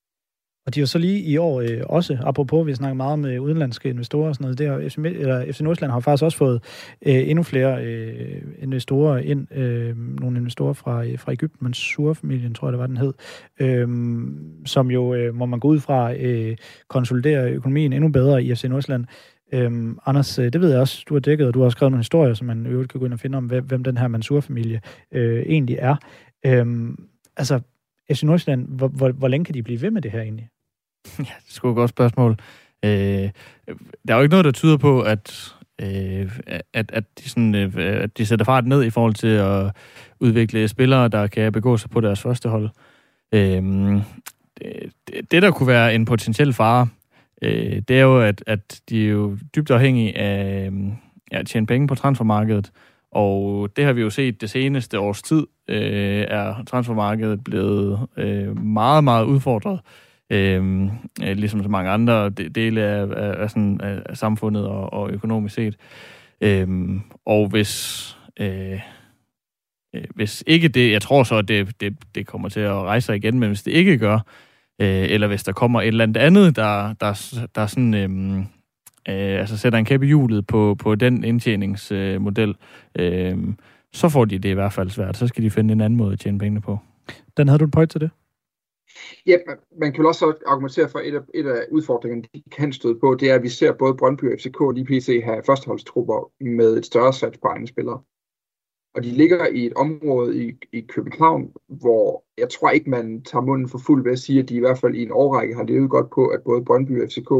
Og de har så lige i år øh, også, apropos, vi snakker meget med udenlandske investorer og sådan noget, det har F C, eller F C Nordsjælland har faktisk også fået øh, endnu flere øh, investorer ind, øh, nogle investorer fra, fra Egypten, Mansour-familien, tror jeg, det var den hed, øh, som jo, øh, må man gå ud fra, øh, konsolidere økonomien endnu bedre i F C Nordsjælland. Øhm, Anders, det ved jeg også, du har dækket, og du har skrevet nogle historier, som man øvrigt kan gå ind og finde om, hvem, hvem den her Mansour-familie øh, egentlig er. Øhm, altså, F C Nordsjælland, hvor, hvor, hvor længe kan de blive ved med det her egentlig? Ja, det er sgu et godt spørgsmål. Øh, der er jo ikke noget, der tyder på, at, øh, at, at, de sådan, øh, at de sætter fart ned i forhold til at udvikle spillere, der kan begå sig på deres første hold. Øh, det, det, der kunne være en potentiel fare, øh, det er jo, at, at de er jo dybt afhængige af ja, at tjene penge på transfermarkedet. Og det har vi jo set det seneste års tid, øh, er transfermarkedet blevet øh, meget, meget udfordret. Øh, ligesom så mange andre dele af, af, af, sådan, af samfundet og, og økonomisk set. Øh, og hvis, øh, hvis ikke det, jeg tror så, at det, det, det kommer til at rejse sig igen, men hvis det ikke gør, øh, eller hvis der kommer et eller andet andet, der, der, der sådan... Øh, Øh, altså sætter en kæp i hjulet på, på den indtjeningsmodel, øh, øh, så får de det i hvert fald svært. Så skal de finde en anden måde at tjene pengene på. Den havde du en point til det? Ja, man kan vel også argumentere for, et af, et af udfordringerne, de kan støde på, det er, at vi ser både Brøndby og F C K og de P C have førsteholdstrupper med et større sats på egne spillere. Og de ligger i et område i, i København, hvor jeg tror ikke, man tager munden for fuld ved at sige, at de i hvert fald i en årrække har levet godt på, at både Brøndby og F C K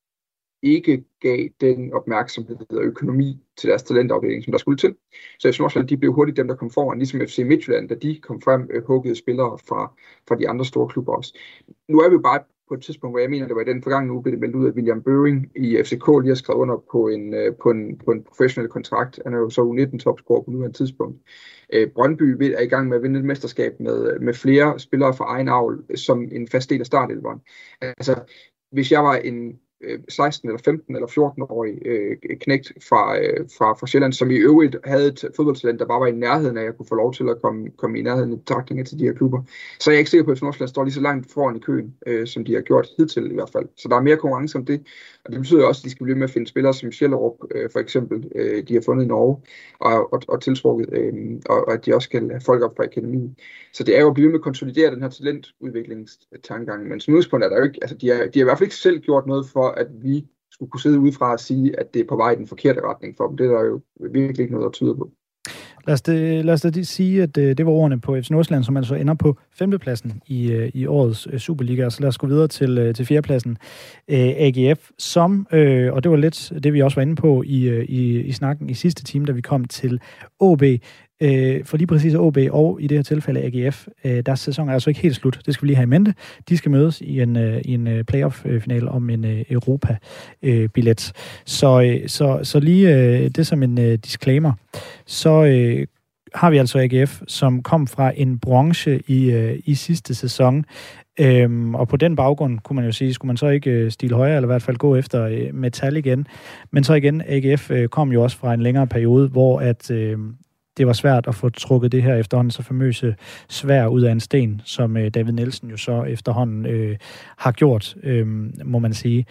ikke gav den opmærksomhed og økonomi til deres talentafdeling, som der skulle til. Så F C Nordsjælland, de blev hurtigt dem, der kom foran, ligesom F C Midtjylland, da de kom frem, øh, huggede spillere fra, fra de andre store klubber også. Nu er vi jo bare på et tidspunkt, hvor jeg mener, det var i den forgangne uge, blev det meldt ud, at William Bøving i F C K lige har skrevet under på en, øh, på en, på en professionel kontrakt. Han er jo så U nitten topscorer på nuværende tidspunkt. Øh, Brøndby er i gang med at vinde et mesterskab med, med flere spillere fra egen avl, som en fast del af startelveren. Altså, hvis jeg var en seksten eller femten eller fjorten-årig øh, knægt fra, øh, fra, fra Sjælland, som i øvrigt havde et fodboldtalent, der bare var i nærheden af, at jeg kunne få lov til at komme, komme i nærheden i betragtninger til de her klubber. Så er jeg ikke sikker på, at F C Nordsjælland står lige så langt foran i køen, øh, som de har gjort hidtil i hvert fald. Så der er mere konkurrence om det, og det betyder også, at de skal blive med at finde spillere som Sjællerup, øh, for eksempel, øh, de har fundet i Norge, og, og, og tiltrukket, øh, og, og at de også skal have folk op fra akademien. Så det er jo at blive med at konsolidere den her talentudviklingstankegang, men som udgangspunkt er der jo ikke, altså de har, de har i hvert fald ikke selv gjort noget for, at vi skulle kunne sidde udefra og sige, at det er på vej i den forkerte retning for dem. Det er der jo virkelig ikke noget, der tyder på. Lad os, det, lad os da sige, at det var ordene på F C Nordsjælland, som altså ender på femtepladsen i, i årets Superliga. Så lad os gå videre til, til fjerdepladsen. A G F, som, og det var lidt det, vi også var inde på i, i, i snakken i sidste time, da vi kom til O B. For lige præcis O B og i det her tilfælde A G F, deres sæson er altså ikke helt slut. Det skal vi lige have i mente. De skal mødes i en, i en playoff-finale om en Europa-billet. Så, så, så lige det som en disclaimer. Så har vi altså A G F, som kom fra en bronze i, i sidste sæson. Øhm, og på den baggrund kunne man jo sige, skulle man så ikke øh, stile højere, eller i hvert fald gå efter øh, metal igen. Men så igen, A G F øh, kom jo også fra en længere periode, hvor at øh, det var svært at få trukket det her efterhånden så famøse svær ud af en sten, som øh, David Nielsen jo så efterhånden øh, har gjort, øh, må man sige.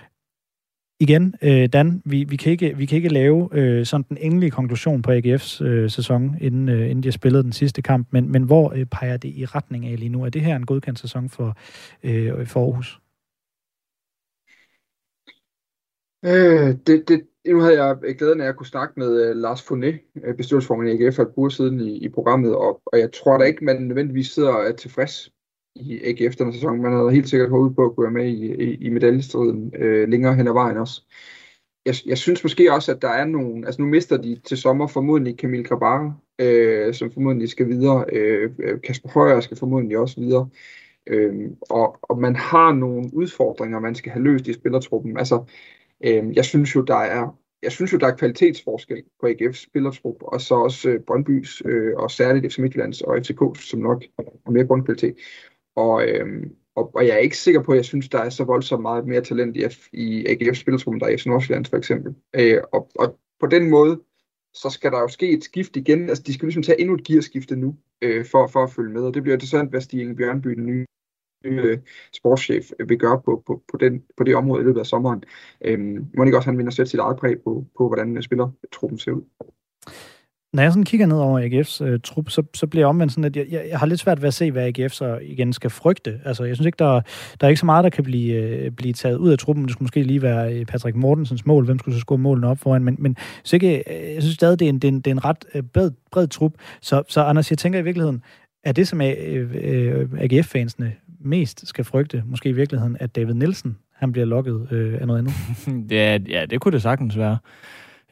Igen, øh, Dan, vi, vi, kan ikke, vi kan ikke lave øh, sådan den endelige konklusion på A G F's øh, sæson, inden, øh, inden de har spillet den sidste kamp, men, men hvor øh, peger det i retning af lige nu? Er det her en godkendt sæson for, øh, for Aarhus? Øh, det, det, nu havde jeg glæden af at kunne snakke med uh, Lars Fournet, bestyrelsesformand i A G F for et par uger siden i, i programmet, og, og jeg tror da ikke, man nødvendigvis sidder og er tilfreds i A G F denne sæson. Man havde helt sikkert håbet på at kunne være med i, i, i medaljestriden øh, længere hen ad vejen også. Jeg, jeg synes måske også, at der er nogle... Altså nu mister de til sommer formodentlig Camille Grabara, øh, som formodentlig skal videre. Øh, Kasper Højer skal formodentlig også videre. Øh, og, og man har nogle udfordringer, man skal have løst i spillertruppen. Altså, øh, jeg synes jo, der er... Jeg synes jo, der er kvalitetsforskel på A G F's spillertrup, og så også øh, Brøndbys, øh, og særligt F C Midtjyllands og F C K's, som nok har mere grundkvalitet. Og, øhm, og, og jeg er ikke sikker på, at jeg synes, der er så voldsomt meget mere talent i, F, i A G F's spillertruppen, der er i F C Nordsjælland for eksempel. Øh, og, og på den måde, så skal der jo ske et skift igen. Altså, de skal ligesom tage endnu et gearskifte nu, øh, for, for at følge med. Og det bliver interessant, hvad Stig Inge Bjørnby, den nye øh, sportschef, vil gøre på, på, på, den, på det område i løbet af sommeren. Øh, må ikke også han vinde at sætte sit eget præg på, på hvordan spillertruppen ser ud. Når jeg sådan kigger ned over A G F's øh, trup, så, så bliver jeg omvendt sådan, at jeg, jeg, jeg har lidt svært ved at se, hvad A G F så igen skal frygte. Altså, jeg synes ikke, der, der er ikke så meget, der kan blive, øh, blive taget ud af truppen. Det skulle måske lige være Patrick Mortensens mål. Hvem skulle så score målene op foran? Men, men så ikke, jeg synes stadig, det er en, det er en, det er en ret øh, bred, bred trup. Så, så Anders, jeg tænker i virkeligheden, er det, som øh, A G F-fansene mest skal frygte, måske i virkeligheden, at David Nielsen, han bliver lokket øh, af noget andet? det er, ja, det kunne det sagtens være.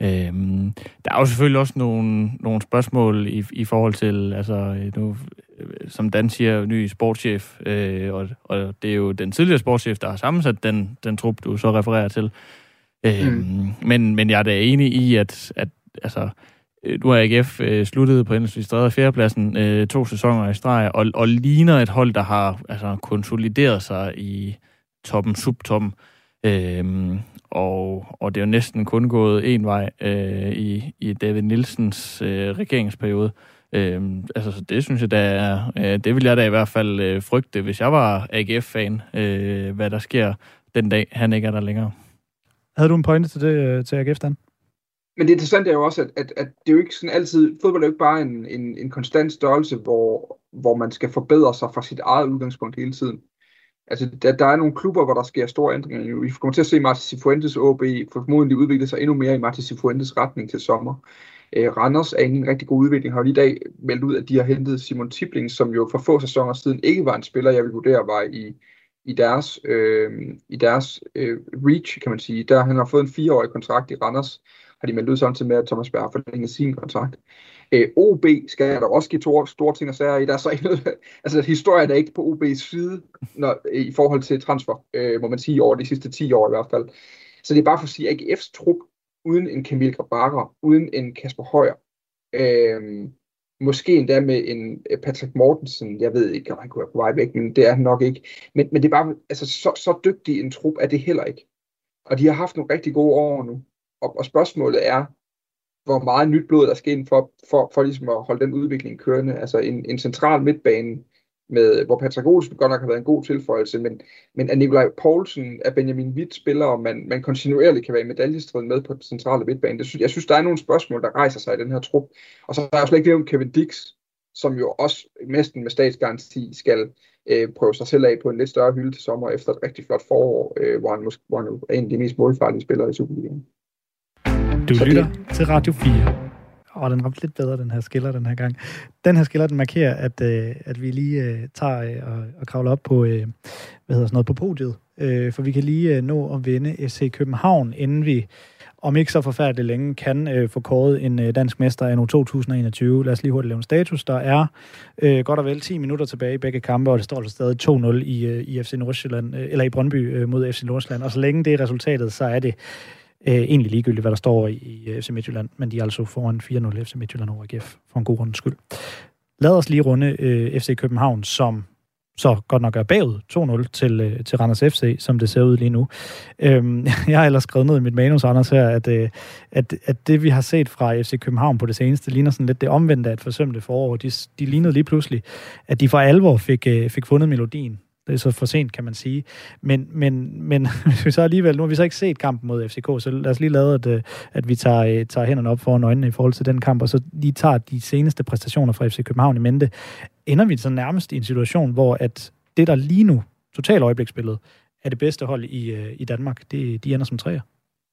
Øhm, der er jo selvfølgelig også nogle, nogle spørgsmål i, i forhold til, altså nu, som Dan siger, ny sportschef, øh, og, og det er jo den tidligere sportschef, der har sammensat den, den trup, du så refererer til. Øhm, mm. men, men jeg er da enig i, at, at altså, nu har A G F øh, sluttet på henholdsvis tredje og fjerdepladsen øh, to sæsoner i streg, og, og ligner et hold, der har altså, konsolideret sig i toppen, subtoppen. Øhm, og, og det er jo næsten kun gået en vej øh, i, i David Nielsens øh, regeringsperiode. Øhm, altså, så det synes jeg, der er, øh, det vil jeg da i hvert fald øh, frygte, hvis jeg var A G F-fan, øh, hvad der sker den dag, han ikke er der længere. Havde du en pointe til det, til A G F, Dan? Men det interessante er jo også, at, at, at det er jo ikke sådan altid, fodbold er jo ikke bare en, en, en konstant størrelse, hvor, hvor man skal forbedre sig fra sit eget udgangspunkt hele tiden. Altså, der, der er nogle klubber, hvor der sker store ændringer. Vi kommer til at se Martin Cifuentes O B formodentlig udvikle sig endnu mere i Martin Cifuentes retning til sommer. Eh, Randers er en rigtig god udvikling, har jo lige i dag meldt ud, at de har hentet Simon Tibling, som jo for få sæsoner siden ikke var en spiller, jeg vil vurdere var i, i deres, øh, i deres øh, reach, kan man sige. Der han har fået en fireårig kontrakt i Randers, har de meldt ud samtidig med, at Thomas Berg har forlænget sin kontrakt. Øh, O B skal der også give to store ting og sager i. Der er så ikke noget, altså historien er ikke på O B's side, når, i forhold til transfer, øh, må man sige, over de sidste ti år i hvert fald. Så det er bare for at sige, at A G F's trup, uden en Kamil Grabacher, uden en Kasper Højer, øh, måske endda med en Patrick Mortensen, jeg ved ikke, om han kunne være på vej væk, men det er han nok ikke. Men, men det er bare, altså så, så dygtig en trup er det heller ikke. Og de har haft nogle rigtig gode år nu. Og, og spørgsmålet er, hvor meget nyt blod der skal ind for, for, for ligesom at holde den udvikling kørende. Altså en, en central midtbane, med, hvor Patrick Olsen godt nok har været en god tilføjelse, men, men at Nikolaj Poulsen, at Benjamin Witt spiller, og man, man kontinuerligt kan være i medaljestriden med på den centrale midtbane. Det synes, jeg synes, der er nogle spørgsmål, der rejser sig i den her trup. Og så er der jo slet ikke nævnt Kevin Dix, som jo også næsten med statsgaranti skal øh, prøve sig selv af på en lidt større hylde til sommer, efter et rigtig flot forår, øh, hvor, han måske, hvor han er en af de mest målfarlige spillere i Superligaen. Du så lytter det... til Radio fire. Og den var lidt bedre, den her skiller den her gang. Den her skiller, den markerer, at, øh, at vi lige øh, tager øh, og, og kravler op på, øh, hvad hedder sådan noget, på podiet. Øh, for vi kan lige øh, nå at vinde F C København, inden vi, om ikke så forfærdeligt længe, kan øh, få kåret en øh, dansk mester anno to tusind og enogtyve. Lad os lige hurtigt lave en status. Der er øh, godt og vel ti minutter tilbage i begge kampe, og det står altså stadig to nul i, øh, i F C Nordsjælland, øh, eller i Brøndby øh, mod F C Nordsjælland. Og så længe det er resultatet, så er det Øh, egentlig ligegyldigt, hvad der står i, i F C Midtjylland, men de er altså foran fire nul F C Midtjylland over A G F, for en god rundes skyld. Lad os lige runde øh, F C København, som så godt nok er bagud to nul til, øh, til Randers F C, som det ser ud lige nu. Øhm, jeg har ellers skrevet ned i mit manus, Anders, her, at, øh, at, at det, vi har set fra F C København på det seneste, ligner sådan lidt det omvendte af et forsømte forår. De, de lignede lige pludselig, at de for alvor fik, øh, fik fundet melodien. Det er så for sent, kan man sige. Men, men, men så alligevel, nu har vi så ikke set kampen mod F C K, så lad os lige lade, at, at vi tager, tager hænderne op foran øjnene i forhold til den kamp, og så lige tager de seneste præstationer fra F C København i mente. Ender vi så nærmest i en situation, hvor at det, der lige nu, total øjebliksbillede, er det bedste hold i, i Danmark, det, de ender som træer?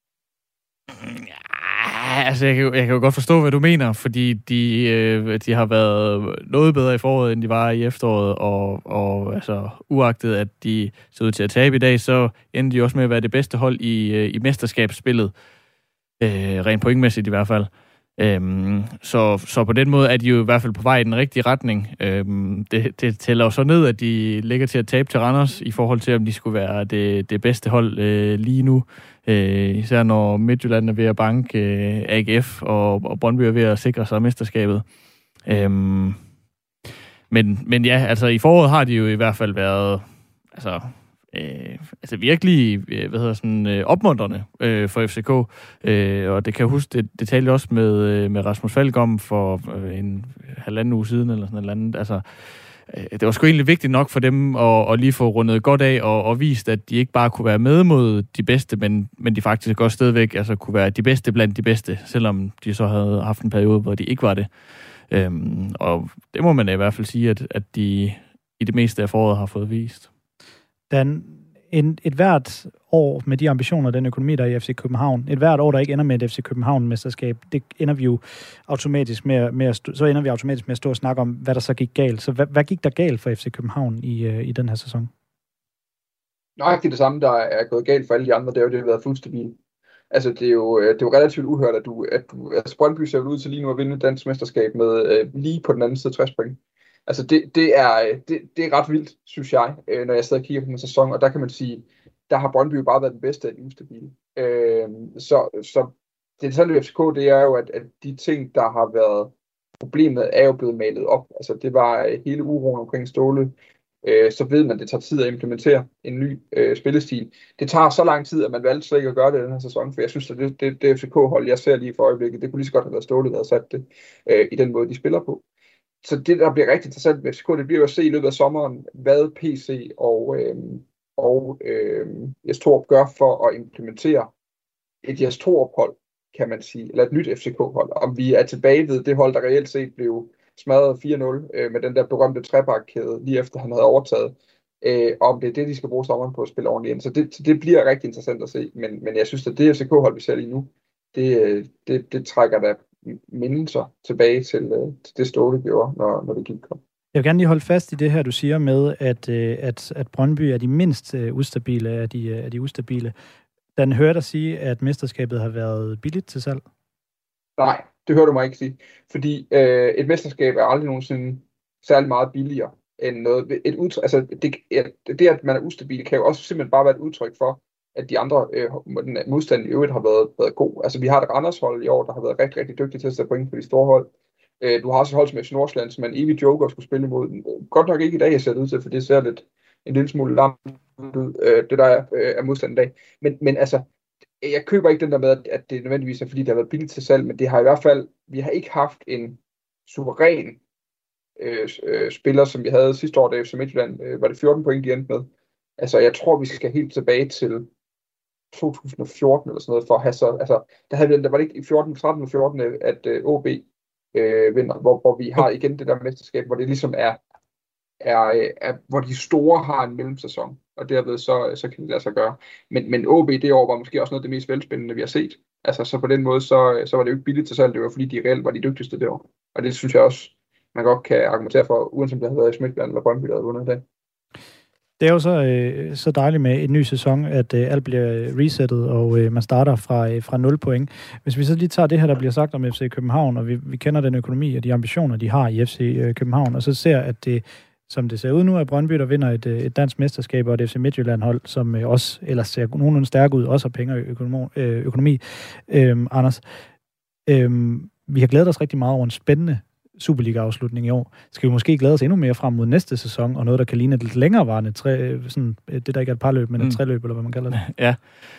Altså, jeg kan, jo, jeg kan jo godt forstå, hvad du mener, fordi de, øh, de har været noget bedre i foråret, end de var i efteråret, og, og altså, uagtet at de ser ud til at tabe i dag, så ender de også med at være det bedste hold i, øh, i mesterskabsspillet, øh, rent pointmæssigt i hvert fald. Øhm, så, så på den måde er de jo i hvert fald på vej i den rigtige retning. Øhm, det, det tæller jo så ned, at de ligger til at tabe til Randers i forhold til, om de skulle være det, det bedste hold øh, lige nu. Øh, især når Midtjylland er ved at banke øh, A G F, og, og Brøndby er ved at sikre sig mesterskabet. Øhm, men, men ja, altså i foråret har de jo i hvert fald været altså, øh, altså virkelig øh, hvad hedder sådan, øh, opmuntrende øh, for F C K. Øh, og det kan jeg huske, det, det talte jeg også med, øh, med Rasmus Falk om for øh, en halvanden uge siden, eller sådan et eller andet. Altså, det var sgu egentlig vigtigt nok for dem at, at lige få rundet godt af og, og vist, at de ikke bare kunne være med mod de bedste, men, men de faktisk også stadigvæk altså, kunne være de bedste blandt de bedste, selvom de så havde haft en periode, hvor de ikke var det. Øhm, og det må man i hvert fald sige, at, at de i det meste af foråret har fået vist. Dan, en, et hvert år med de ambitioner og den økonomi, der er i F C København, et hvert år, der ikke ender med et F C København-mesterskab, det ender vi jo automatisk med, med at stå, så ender vi automatisk med at stå og snakke om, hvad der så gik galt. Så hvad, hvad gik der galt for F C København i, uh, i den her sæson? Nøjagtigt det samme, der er gået galt for alle de andre, det er jo det, der har været fuldstabilt. Altså, det er jo, det er jo relativt uhørt, at du, at du, altså Brøndby ser ud til lige nu at vinde dansk mesterskab med øh, lige på den anden side tres point. Altså, det, det, er, det, det er ret vildt, synes jeg, øh, når jeg sidder og kigger på den sæson, og der kan man sige, der har Brøndby jo bare været den bedste af de ustabile. Øh, så, så det sådan ved F C K, det er jo, at, at de ting, der har været problemet, er jo blevet malet op. Altså, det var hele uroen omkring Ståle. Øh, så ved man, at det tager tid at implementere en ny øh, spillestil. Det tager så lang tid, at man valgte slet ikke at gøre det i den her sæson, for jeg synes, at det, det, det F C K-hold, jeg ser lige for øjeblikket, det kunne lige så godt have været Ståle, der havde sat det øh, i den måde, de spiller på. Så det, der bliver rigtig interessant med F C K, det bliver jo at se i løbet af sommeren, hvad P C og, øh, og øh, Jes Torup gør for at implementere et Jes Torup-hold, kan man sige, eller et nyt F C K-hold. Om vi er tilbage ved det hold, der reelt set blev smadret fire nul øh, med den der berømte trebakkæde, lige efter han havde overtaget. Øh, om det er det, de skal bruge sommeren på at spille ordentligt ind. Så det, det bliver rigtig interessant at se. Men, men jeg synes, at det F C K-hold, vi ser lige nu, det, det, det trækker da mindelser tilbage til, øh, til det Ståle gjorde, når, når det gik kom. Jeg vil gerne lige holde fast i det her, du siger med, at, at, at Brøndby er de mindst ustabile af de, af de ustabile. Dan hørte dig sige, at mesterskabet har været billigt til salg? Nej, det hører du mig ikke sige. Fordi øh, et mesterskab er aldrig nogensinde særlig meget billigere end noget. Et udtryk, altså det, det, at man er ustabil, kan jo også simpelthen bare være et udtryk for, at de andre øh, modstand i øvrigt har været, været god. Altså vi har et Randers-hold i år, der har været rigtig, rigtig dygtigt til at sætte point på de store hold. Øh, du har også et hold som F C Nordsjælland, som er en evig joker skulle spille imod. Godt nok ikke i dag, jeg ser det ud til, for det ser lidt en lille smule lamt ud, øh, det der er, øh, er modstand i dag. Men, men altså, jeg køber ikke den der med, at det nødvendigvis er, fordi det har været billigt til salg, men det har i hvert fald, vi har ikke haft en suveræn øh, øh, spiller, som vi havde sidste år, da F C Midtjylland, øh, var det fjorten point, de endte med. Altså, jeg tror, vi skal helt tilbage til to tusind og fjorten eller sådan noget, for at have så, altså, der, havde vi, der var det ikke i fjorten, tretten og fjorten, at øh, O B øh, vinder, hvor, hvor vi har igen det der mesterskab, hvor det ligesom er, er, er hvor de store har en mellemsæson, og derved så, så kan det lade sig gøre. Men, men O B det år var måske også noget af det mest velspændende, vi har set. Altså, så på den måde, så, så var det jo ikke billigt til salg, det var fordi de reelt var de dygtigste det år. Og det synes jeg også, man godt kan argumentere for, uanset om det havde været i Midtjylland eller Brøndby, der havde vundet i dag. Det er jo så, øh, så dejligt med en ny sæson, at øh, alt bliver resettet, og øh, man starter fra, øh, fra nul point. Hvis vi så lige tager det her, der bliver sagt om F C København, og vi, vi kender den økonomi og de ambitioner, de har i F C øh, København, og så ser, at det, som det ser ud nu, er Brøndby, der vinder et, et dansk mesterskab, og et F C Midtjylland-hold, som øh, også ellers ser nogenlunde stærk ud, også har penge og økonomi. Øh, økonomi. Øh, Anders, øh, vi har glædet os rigtig meget over en spændende Superliga-afslutning i år. Skal vi måske glæde os endnu mere frem mod næste sæson, og noget, der kan ligne et lidt længerevarende, tre, sådan, det der ikke er et parløb, men et mm. treløb, eller hvad man kalder det? Ja,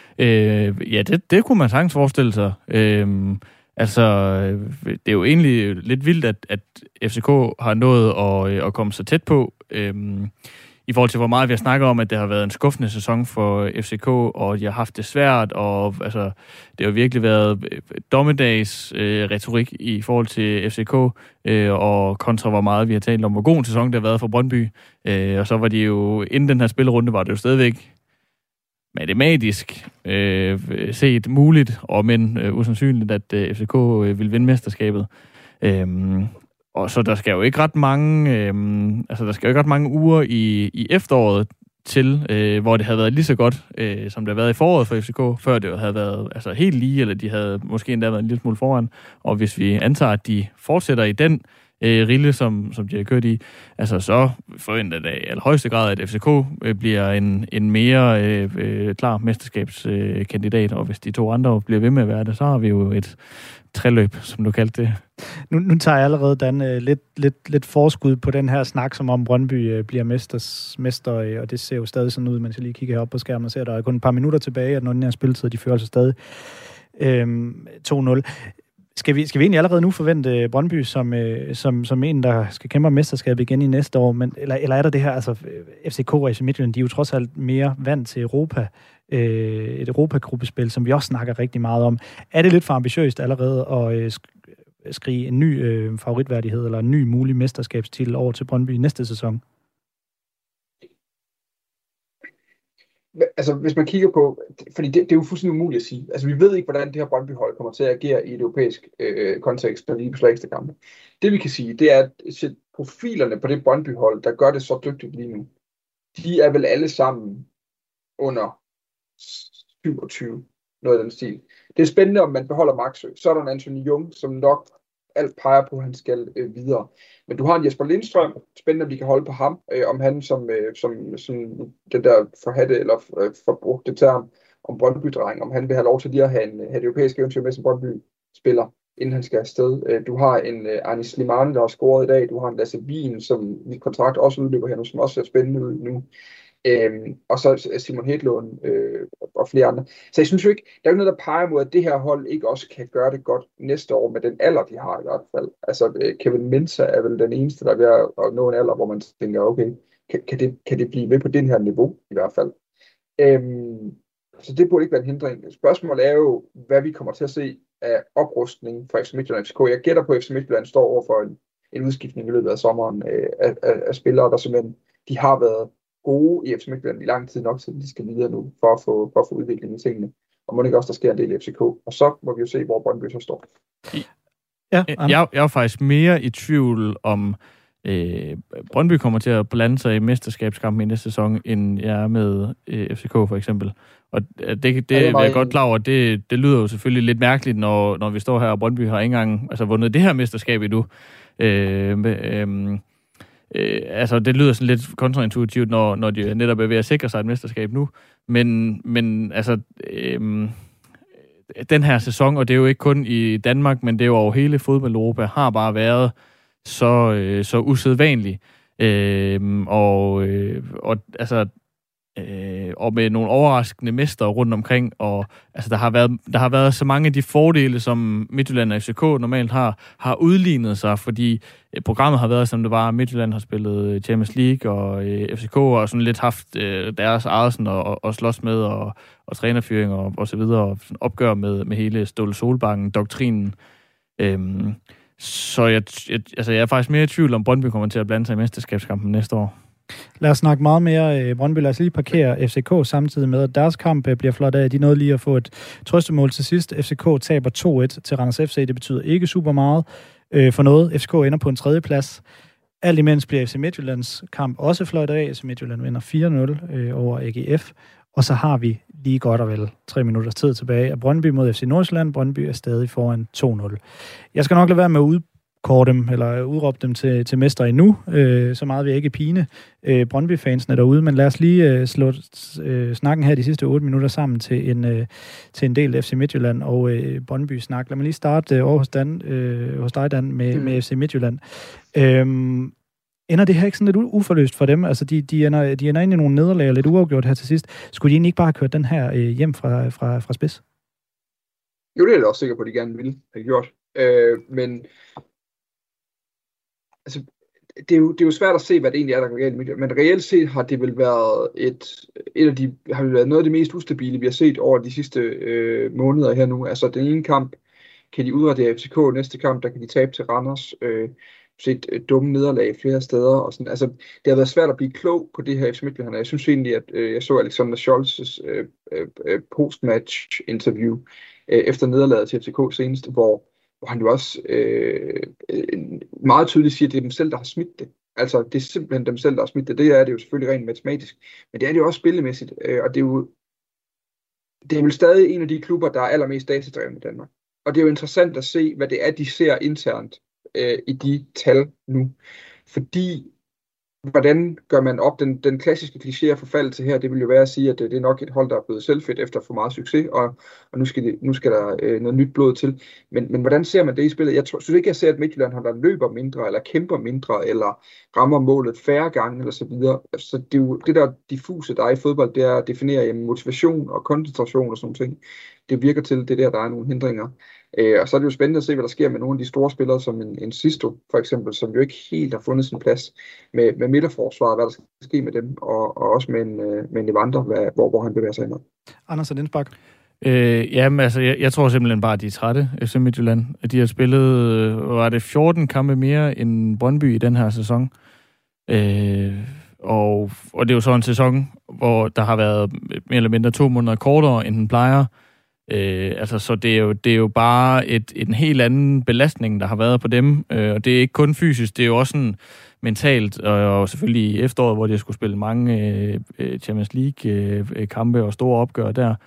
øh, ja det, det kunne man sagtens forestille sig. Øh, altså, det er jo egentlig lidt vildt, at, at F C K har nået at, at komme så tæt på, øh, i forhold til, hvor meget vi har snakket om, at det har været en skuffende sæson for F C K, og de har haft det svært, og altså, det har virkelig været dommedags øh, retorik i forhold til F C K, øh, og kontra hvor meget vi har talt om, hvor god en sæson det har været for Brøndby. Øh, og så var de jo, inden den her spillerunde, var det jo stadigvæk matematisk øh, set muligt, og men øh, usandsynligt, at øh, F C K øh, ville vinde mesterskabet. Øh, Og så der skal jo ikke ret mange, øh, altså der skal jo ikke ret mange uger i, i efteråret til, øh, hvor det havde været lige så godt, øh, som det havde været i foråret for F C K, før det havde været altså helt lige, eller de havde måske endda været en lille smule foran. Og hvis vi antager, at de fortsætter i den øh, rille, som, som de har kørt i, altså så forventer det i allerhøjeste grad, at F C K øh, bliver en, en mere øh, øh, klar mesterskabskandidat, øh, og hvis de to andre bliver ved med at være det, så har vi jo et treløb, som du kaldte det. Nu, nu tager jeg allerede, Dan, øh, lidt, lidt, lidt forskud på den her snak, som om Brøndby øh, bliver mesters, mester, øh, og det ser jo stadig sådan ud, mens jeg lige kigger herop på skærmen og ser, der er kun et par minutter tilbage, og når den her spilletid, de fører altså stadig øh, to nul. Skal vi, skal vi egentlig allerede nu forvente Brøndby som, øh, som, som en, der skal kæmpe om mesterskabet igen i næste år? Men, eller, eller er der det her, altså F C K og F C Midtjylland, de er jo trods alt mere vant til Europa, øh, et Europa-gruppespil, som vi også snakker rigtig meget om. Er det lidt for ambitiøst allerede at øh, skrige en ny øh, favoritværdighed, eller en ny mulig mesterskabstitel over til Brøndby i næste sæson? Altså, hvis man kigger på, fordi det, det er jo fuldstændig umuligt at sige. Altså, vi ved ikke, hvordan det her Brøndby-hold kommer til at agere i et europæisk øh, kontekst, når lige på slag ekstra kampe. Det vi kan sige, det er, at profilerne på det Brøndby-hold, der gør det så dygtigt lige nu, de er vel alle sammen under syvogtyve. noget af den stil. Det er spændende, om man beholder Maxø. Så er der en Anthony Jung, som nok alt peger på, at han skal øh, videre. Men du har en Jesper Lindstrøm. Spændende, om de kan holde på ham. Øh, om han som, øh, som, som den der forhatte eller øh, forbrugte term om Brøndby-dreng, om han vil have lov til lige at have, en, have et europæisk eventyr med som Brøndby-spiller, inden han skal afsted. Øh, du har en øh, Arne Slimane, der har scoret i dag. Du har en Lasse Wien, som i kontrakt også udløber her nu, som også er spændende ud nu. Øhm, og så Simon Hedlund øh, og flere andre. Så jeg synes jo ikke, der er jo noget, der peger mod, at det her hold ikke også kan gøre det godt næste år med den alder, de har i hvert fald. Altså øh, Kevin Mensah er vel den eneste, der er ved at nå en alder, hvor man tænker, okay, kan, kan, det, kan det blive med på den her niveau i hvert fald. Øhm, så det burde ikke være en hindring. Spørgsmålet er jo, hvad vi kommer til at se af oprustning fra F C Midtjylland og F C K. Jeg gætter på, at F C Midtjylland står over for en, en udskiftning i løbet af sommeren øh, af, af, af spillere, der simpelthen de har været gode i F C Midtjylland i lang tid nok, så de skal videre nu, for at få, for at få udvikling i tingene. Og må det ikke også, der sker en del i F C K. Og så må vi jo se, hvor Brøndby så står. Ja, jeg, jeg er faktisk mere i tvivl om, øh, Brøndby kommer til at blande sig i mesterskabskampen i næste sæson, end jeg er med øh, F C K for eksempel. Og det, det, det ja, er jeg godt klar over, det, det lyder jo selvfølgelig lidt mærkeligt, når, når vi står her, og Brøndby har ikke engang altså, vundet det her mesterskab endnu. Øh, øh, Øh, altså, det lyder sådan lidt kontraintuitivt, når, når de netop er ved at sikre sig et mesterskab nu. Men, men altså, øh, den her sæson, og det er jo ikke kun i Danmark, men det er jo over hele fodbold-Europa, har bare været så, øh, så usædvanlig. Øh, og, øh, og altså... Øh, og med nogle overraskende mestre rundt omkring, og altså, der har været, der har været så mange af de fordele, som Midtjylland og F C K normalt har, har udlignet sig, fordi øh, programmet har været, som det var, Midtjylland har spillet Champions League, og øh, F C K har sådan lidt haft øh, deres eget sådan, og, og, og slås med, og, og trænerfyring, og, og så videre, og sådan opgør med, med hele Ståle Solbakken-doktrinen. Øhm, så jeg, jeg, altså, jeg er faktisk mere i tvivl, om Brøndby kommer til at blande sig i mesterskabskampen næste år. Lad os snakke meget mere Brøndby. Lad os lige parkere F C K samtidig med, at deres kamp bliver flot af. De nåede lige at få et trøstemål til sidst. F C K taber to et til Randers F C. Det betyder ikke super meget øh, for noget. F C K ender på en tredje plads. Alt imens bliver F C Midtjyllands kamp også flot af. F C Midtjylland vinder fire nul øh, over A G F. Og så har vi lige godt og vel tre minutters tid tilbage af Brøndby mod F C Nordsjælland. Brøndby er stadig foran to nul. Jeg skal nok lade være med at ud kort dem, eller udråbe dem til, til mester endnu. Øh, så meget vil jeg ikke pine øh, Brøndby-fansene derude, men lad os lige øh, slå øh, snakken her de sidste otte minutter sammen til en, øh, til en del F C Midtjylland og øh, Brøndby-snak. Lad mig lige starte øh, over hos, Dan, øh, hos dig, Dan, med, mm. med F C Midtjylland. Øhm, ender det her ikke sådan lidt uforløst for dem? Altså, de, de, ender, de ender ind i nogle nederlag og lidt uafgjort her til sidst. Skulle de egentlig ikke bare have kørt den her øh, hjem fra, fra, fra spids? Jo, det er jeg også sikker på, at de gerne ville have gjort. Øh, men altså, det er, jo, det er jo svært at se, hvad det egentlig er, der går galt i Midtjylland. Men reelt set har det vel været et, et af de, har vel været noget af det mest ustabile, vi har set over de sidste øh, måneder her nu. Altså, den ene kamp kan de udrette F C K, næste kamp, der kan de tabe til Randers. Øh, set øh, dumme nederlag flere steder. Og sådan. Altså, det har været svært at blive klog på det her F C Midtjylland. Jeg synes egentlig, at øh, jeg så Alexander Scholz's øh, øh, postmatch-interview øh, efter nederlaget til F C K senest, hvor hvor han jo også øh, meget tydeligt siger, at det er dem selv, der har smidt det. Altså, det er simpelthen dem selv, der har smidt det. Det er det jo selvfølgelig rent matematisk. Men det er det jo også spillemæssigt. Øh, og det er jo det er vel stadig en af de klubber, der er allermest datadrevne i Danmark. Og det er jo interessant at se, hvad det er, de ser internt øh, i de tal nu. Fordi, hvordan gør man op? Den, den klassiske kliché af forfaldelse her, det vil jo være at sige, at det, det er nok et hold, der er blevet selvfedt efter for meget succes, og, og nu, skal det, nu skal der øh, noget nyt blod til. Men, men hvordan ser man det i spillet? Jeg tror, synes ikke, jeg ser, at Midtjylland har der løber mindre, eller kæmper mindre, eller rammer målet færre gange, eller så videre. Så det, er jo, det der diffuse, der er i fodbold, det er at definere jamen, motivation og koncentration og sådan ting. Det virker til, det der, der er nogle hindringer. Øh, og så er det jo spændende at se, hvad der sker med nogle af de store spillere, som en, en Sisto, for eksempel, som jo ikke helt har fundet sin plads med, med midterforsvaret, hvad der skal ske med dem, og, og også med en, med en Evander, hvad, hvor, hvor han bevæger sig ind. Anders Linsbak. Øh, jamen, altså, jeg, jeg tror simpelthen bare, at de er trætte, F C Midtjylland. De har spillet, var det fjorten kampe mere end Brøndby i den her sæson. Øh, og, og det er jo så en sæson, hvor der har været mere eller mindre to måneder kortere, end den plejer. Øh, altså, så det er jo, det er jo bare et, en helt anden belastning, der har været på dem. Øh, og det er ikke kun fysisk, det er jo også sådan mentalt, og, og selvfølgelig i efteråret, hvor de skulle spille mange øh, Champions League-kampe øh, og store opgør der.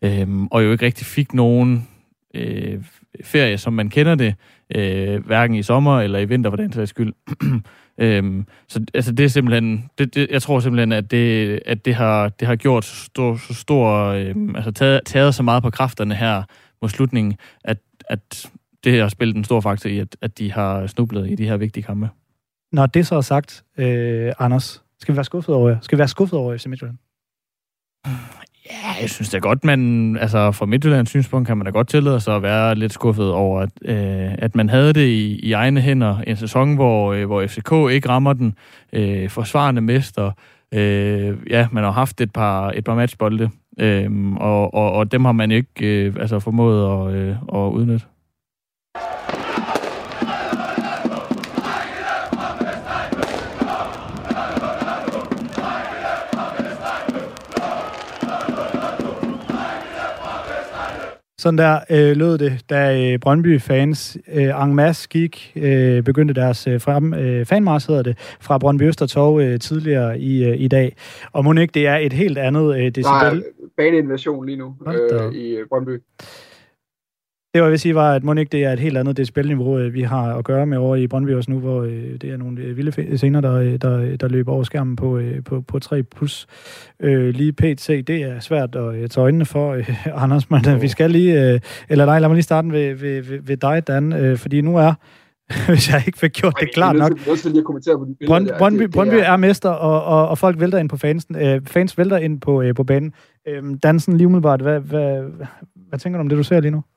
øhm, og jo ikke rigtig fik nogen øh, ferie, som man kender det, øh, hverken i sommer eller i vinter, for den sags skyld. øhm, så altså, det er simpelthen, det, det, jeg tror simpelthen, at det, at det, har, det har gjort så stor, så stor øh, altså taget, taget så meget på kræfterne her mod slutningen, at, at det har spillet en stor faktor i, at, at de har snublet i de her vigtige kampe. Når det så er sagt, øh, Anders, skal vi være skuffet over jer? Skal vi være skuffet over F C Midtjylland? Ja, jeg synes da godt, man, altså fra Midtjyllands synspunkt kan man da godt tillade sig at være lidt skuffet over, at, øh, at man havde det i, i egne hænder. En sæson, hvor, øh, hvor F C K ikke rammer den, øh, forsvarende mester. Øh, ja, man har haft et par, et par matchbolde, øh, og, og, og dem har man ikke øh, altså formået at, øh, at udnytte. Sådan der øh, lød det, da øh, Brøndby-fans øh, en masse gik, øh, begyndte deres øh, frem, øh, fanmarch, hedder det, fra Brøndby Østertorv øh, tidligere i, øh, i dag. Og må ikke, det er et helt andet øh, decibel. Der er baneinvasion lige nu øh, i Brøndby. Det, jeg vil sige, var, at må ikke, det er et helt andet decibelniveau, øh, vi har at gøre med over i Brøndby også nu, hvor øh, det er nogle øh, vilde scener, der, der, der løber over skærmen på, øh, på, på tre plus. Øh, lige P T, det er svært at øh, tage øjnene for, øh, Anders, men øh, vi skal lige, øh, eller nej, lad mig lige starte ved, ved, ved, ved dig, Dan, øh, fordi nu er, hvis jeg ikke fik gjort det klart nok, Brøndby, Brøndby er mester, og, og, og folk vælter ind på fansen, øh, fans vælter ind på, øh, på banen. Øh, Dansen, lige umiddelbart, hvad, hvad, hvad, hvad tænker du om det, du ser lige nu?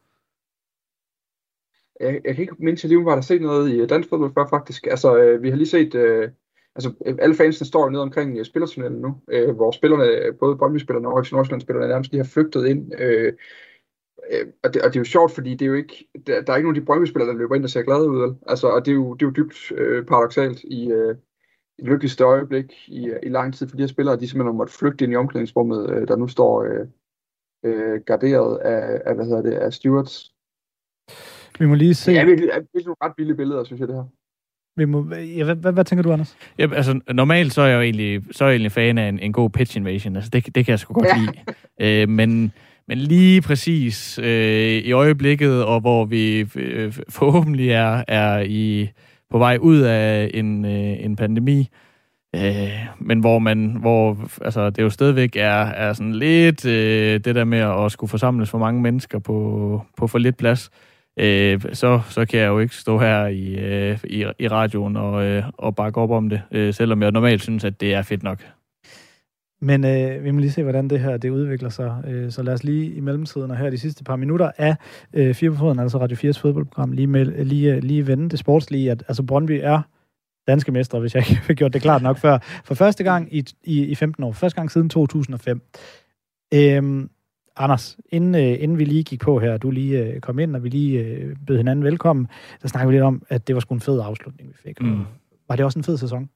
Jeg, jeg kan ikke mindst, at jeg lige var der set noget i dansk fodbold før, faktisk. Altså, øh, vi har lige set, øh, altså alle fansene står nede omkring øh, spillertunnelen nu, øh, hvor spillerne, både Brøndby-spillerne og F C Nordsjælland-spillerne, nærmest lige har flygtet ind. Øh, øh, og, det, og det er jo sjovt, fordi det er jo ikke, der, der er ikke nogen af de Brøndby-spillere, der løber ind og ser glade ud. Altså, og det er jo, det er jo dybt øh, paradoksalt i øh, et lykkeligste øjeblik i, i lang tid for de her spillere, de simpelthen har måttet flygte ind i omklædningsrummet, øh, der nu står øh, øh, garderet af, af, hvad hedder det, af stewards. Vi må lige se. Ja, det er virkelig nogle ret vilde billeder, synes jeg, det her. Vi må, ja, hvad, hvad, hvad tænker du, Anders? Ja, altså, normalt så er jeg jo egentlig, så er jeg egentlig fan af en, en god pitch invasion. Altså, det, det kan jeg sgu godt ja. lide. Øh, men, men lige præcis øh, i øjeblikket, og hvor vi øh, forhåbentlig er, er i, på vej ud af en, øh, en pandemi, øh, men hvor man, hvor altså, det jo stadigvæk er, er sådan lidt øh, det der med at skulle forsamles for mange mennesker på, på for lidt plads. Øh, så, så kan jeg jo ikke stå her i, øh, i, i radioen og, øh, og bakke op om det, øh, selvom jeg normalt synes, at det er fedt nok. Men øh, vi må lige se, hvordan det her det udvikler sig. Øh, så lad os lige i mellemtiden og her de sidste par minutter af øh, Fire på Foden, altså Radio fires fodboldprogram, lige, med, lige, lige vende det sportslige, at altså Brøndby er danske mestre, hvis jeg ikke har gjort det klart nok før. For første gang i, i, i femten år. Første gang siden to tusind og fem. Øh, Anders, inden, øh, inden vi lige gik på her, du lige øh, kom ind, og vi lige øh, bød hinanden velkommen, så snakkede vi lidt om, at det var sgu en fed afslutning, vi fik. Mm. Var det også en fed sæson?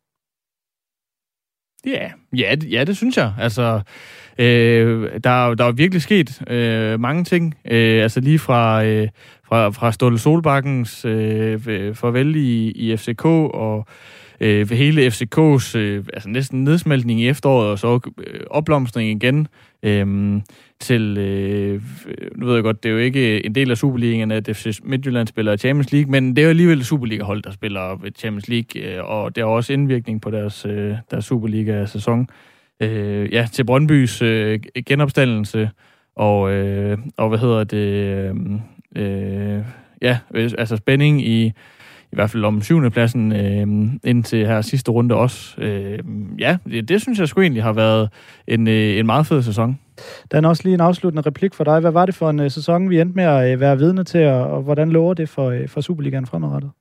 Yeah. Ja, ja, det synes jeg. Altså, øh, der, der er virkelig sket øh, mange ting. Øh, altså lige fra, øh, fra, fra Ståle Solbakkens øh, farvel i, i F C K, og øh, hele F C K's øh, altså næsten nedsmeltning i efteråret, og så øh, opblomstring igen. Øhm, til, øh, nu ved jeg godt, det er jo ikke en del af Superligaen, at F C Midtjylland spiller Champions League, men det er jo alligevel Superliga-hold, der spiller Champions League, og det har også indvirkning på deres, øh, deres Superliga-sæson. Øh, ja, til Brøndbys øh, genopstandelse, og, øh, og hvad hedder det, øh, ja, altså spænding i i hvert fald om syvende pladsen øh, indtil her sidste runde også. Øh, ja, det, det synes jeg sgu egentlig har været en, øh, en meget fed sæson. Der er også lige en afsluttende replik for dig. Hvad var det for en øh, sæson, vi endte med at øh, være vidne til, og, og hvordan lover det for, øh, for Superligaen fremadrettet?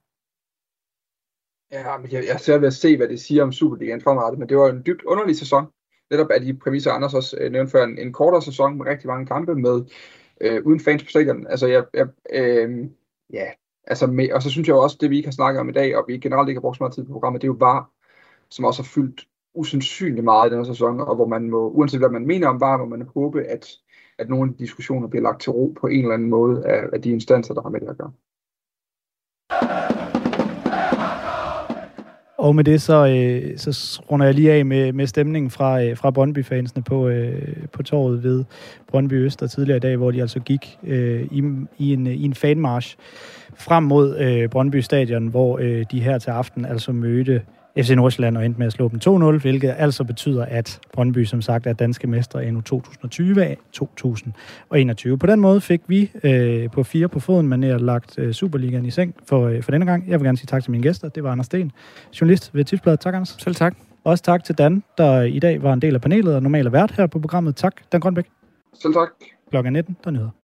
Ja, men jeg, jeg ser ved at se, hvad det siger om Superligaen fremadrettet, men det var en dybt underlig sæson. Netop af de præmisser, Anders også øh, nævnte før, en, en kortere sæson med rigtig mange kampe med øh, uden fans på stadion. Altså, jeg, jeg øh, ja... Altså med, og så synes jeg jo også, det vi ikke har snakket om i dag, og vi generelt ikke har brugt så meget tid på programmet, det er jo V A R, som også har fyldt usandsynligt meget i denne sæson, og hvor man må, uanset hvad man mener om V A R, må man håbe, at, at nogle af de diskussioner bliver lagt til ro på en eller anden måde af, af de instanser, der har med det at gøre. Og med det, så, øh, så runder jeg lige af med, med stemningen fra, øh, fra Brøndby-fansene på, øh, på torvet ved Brøndby Øster tidligere i dag, hvor de altså gik øh, i, i, en, i en fanmarch frem mod øh, Brøndby Stadion, hvor øh, de her til aften altså mødte F C Nordsjælland og endte med at slå dem to nul, hvilket altså betyder, at Brøndby som sagt er danske mestre endnu to tusind og tyve af to tusind og enogtyve. På den måde fik vi øh, på fire på foden, men jeg lagt øh, Superligaen i seng for, øh, for denne gang. Jeg vil gerne sige tak til mine gæster. Det var Anders Sten, journalist ved Tipsbladet. Tak, Anders. Selv tak. Også tak til Dan, der i dag var en del af panelet og normalt er vært her på programmet. Tak, Dan Grønbæk. Selv tak. Klokken nitten, der nyheder.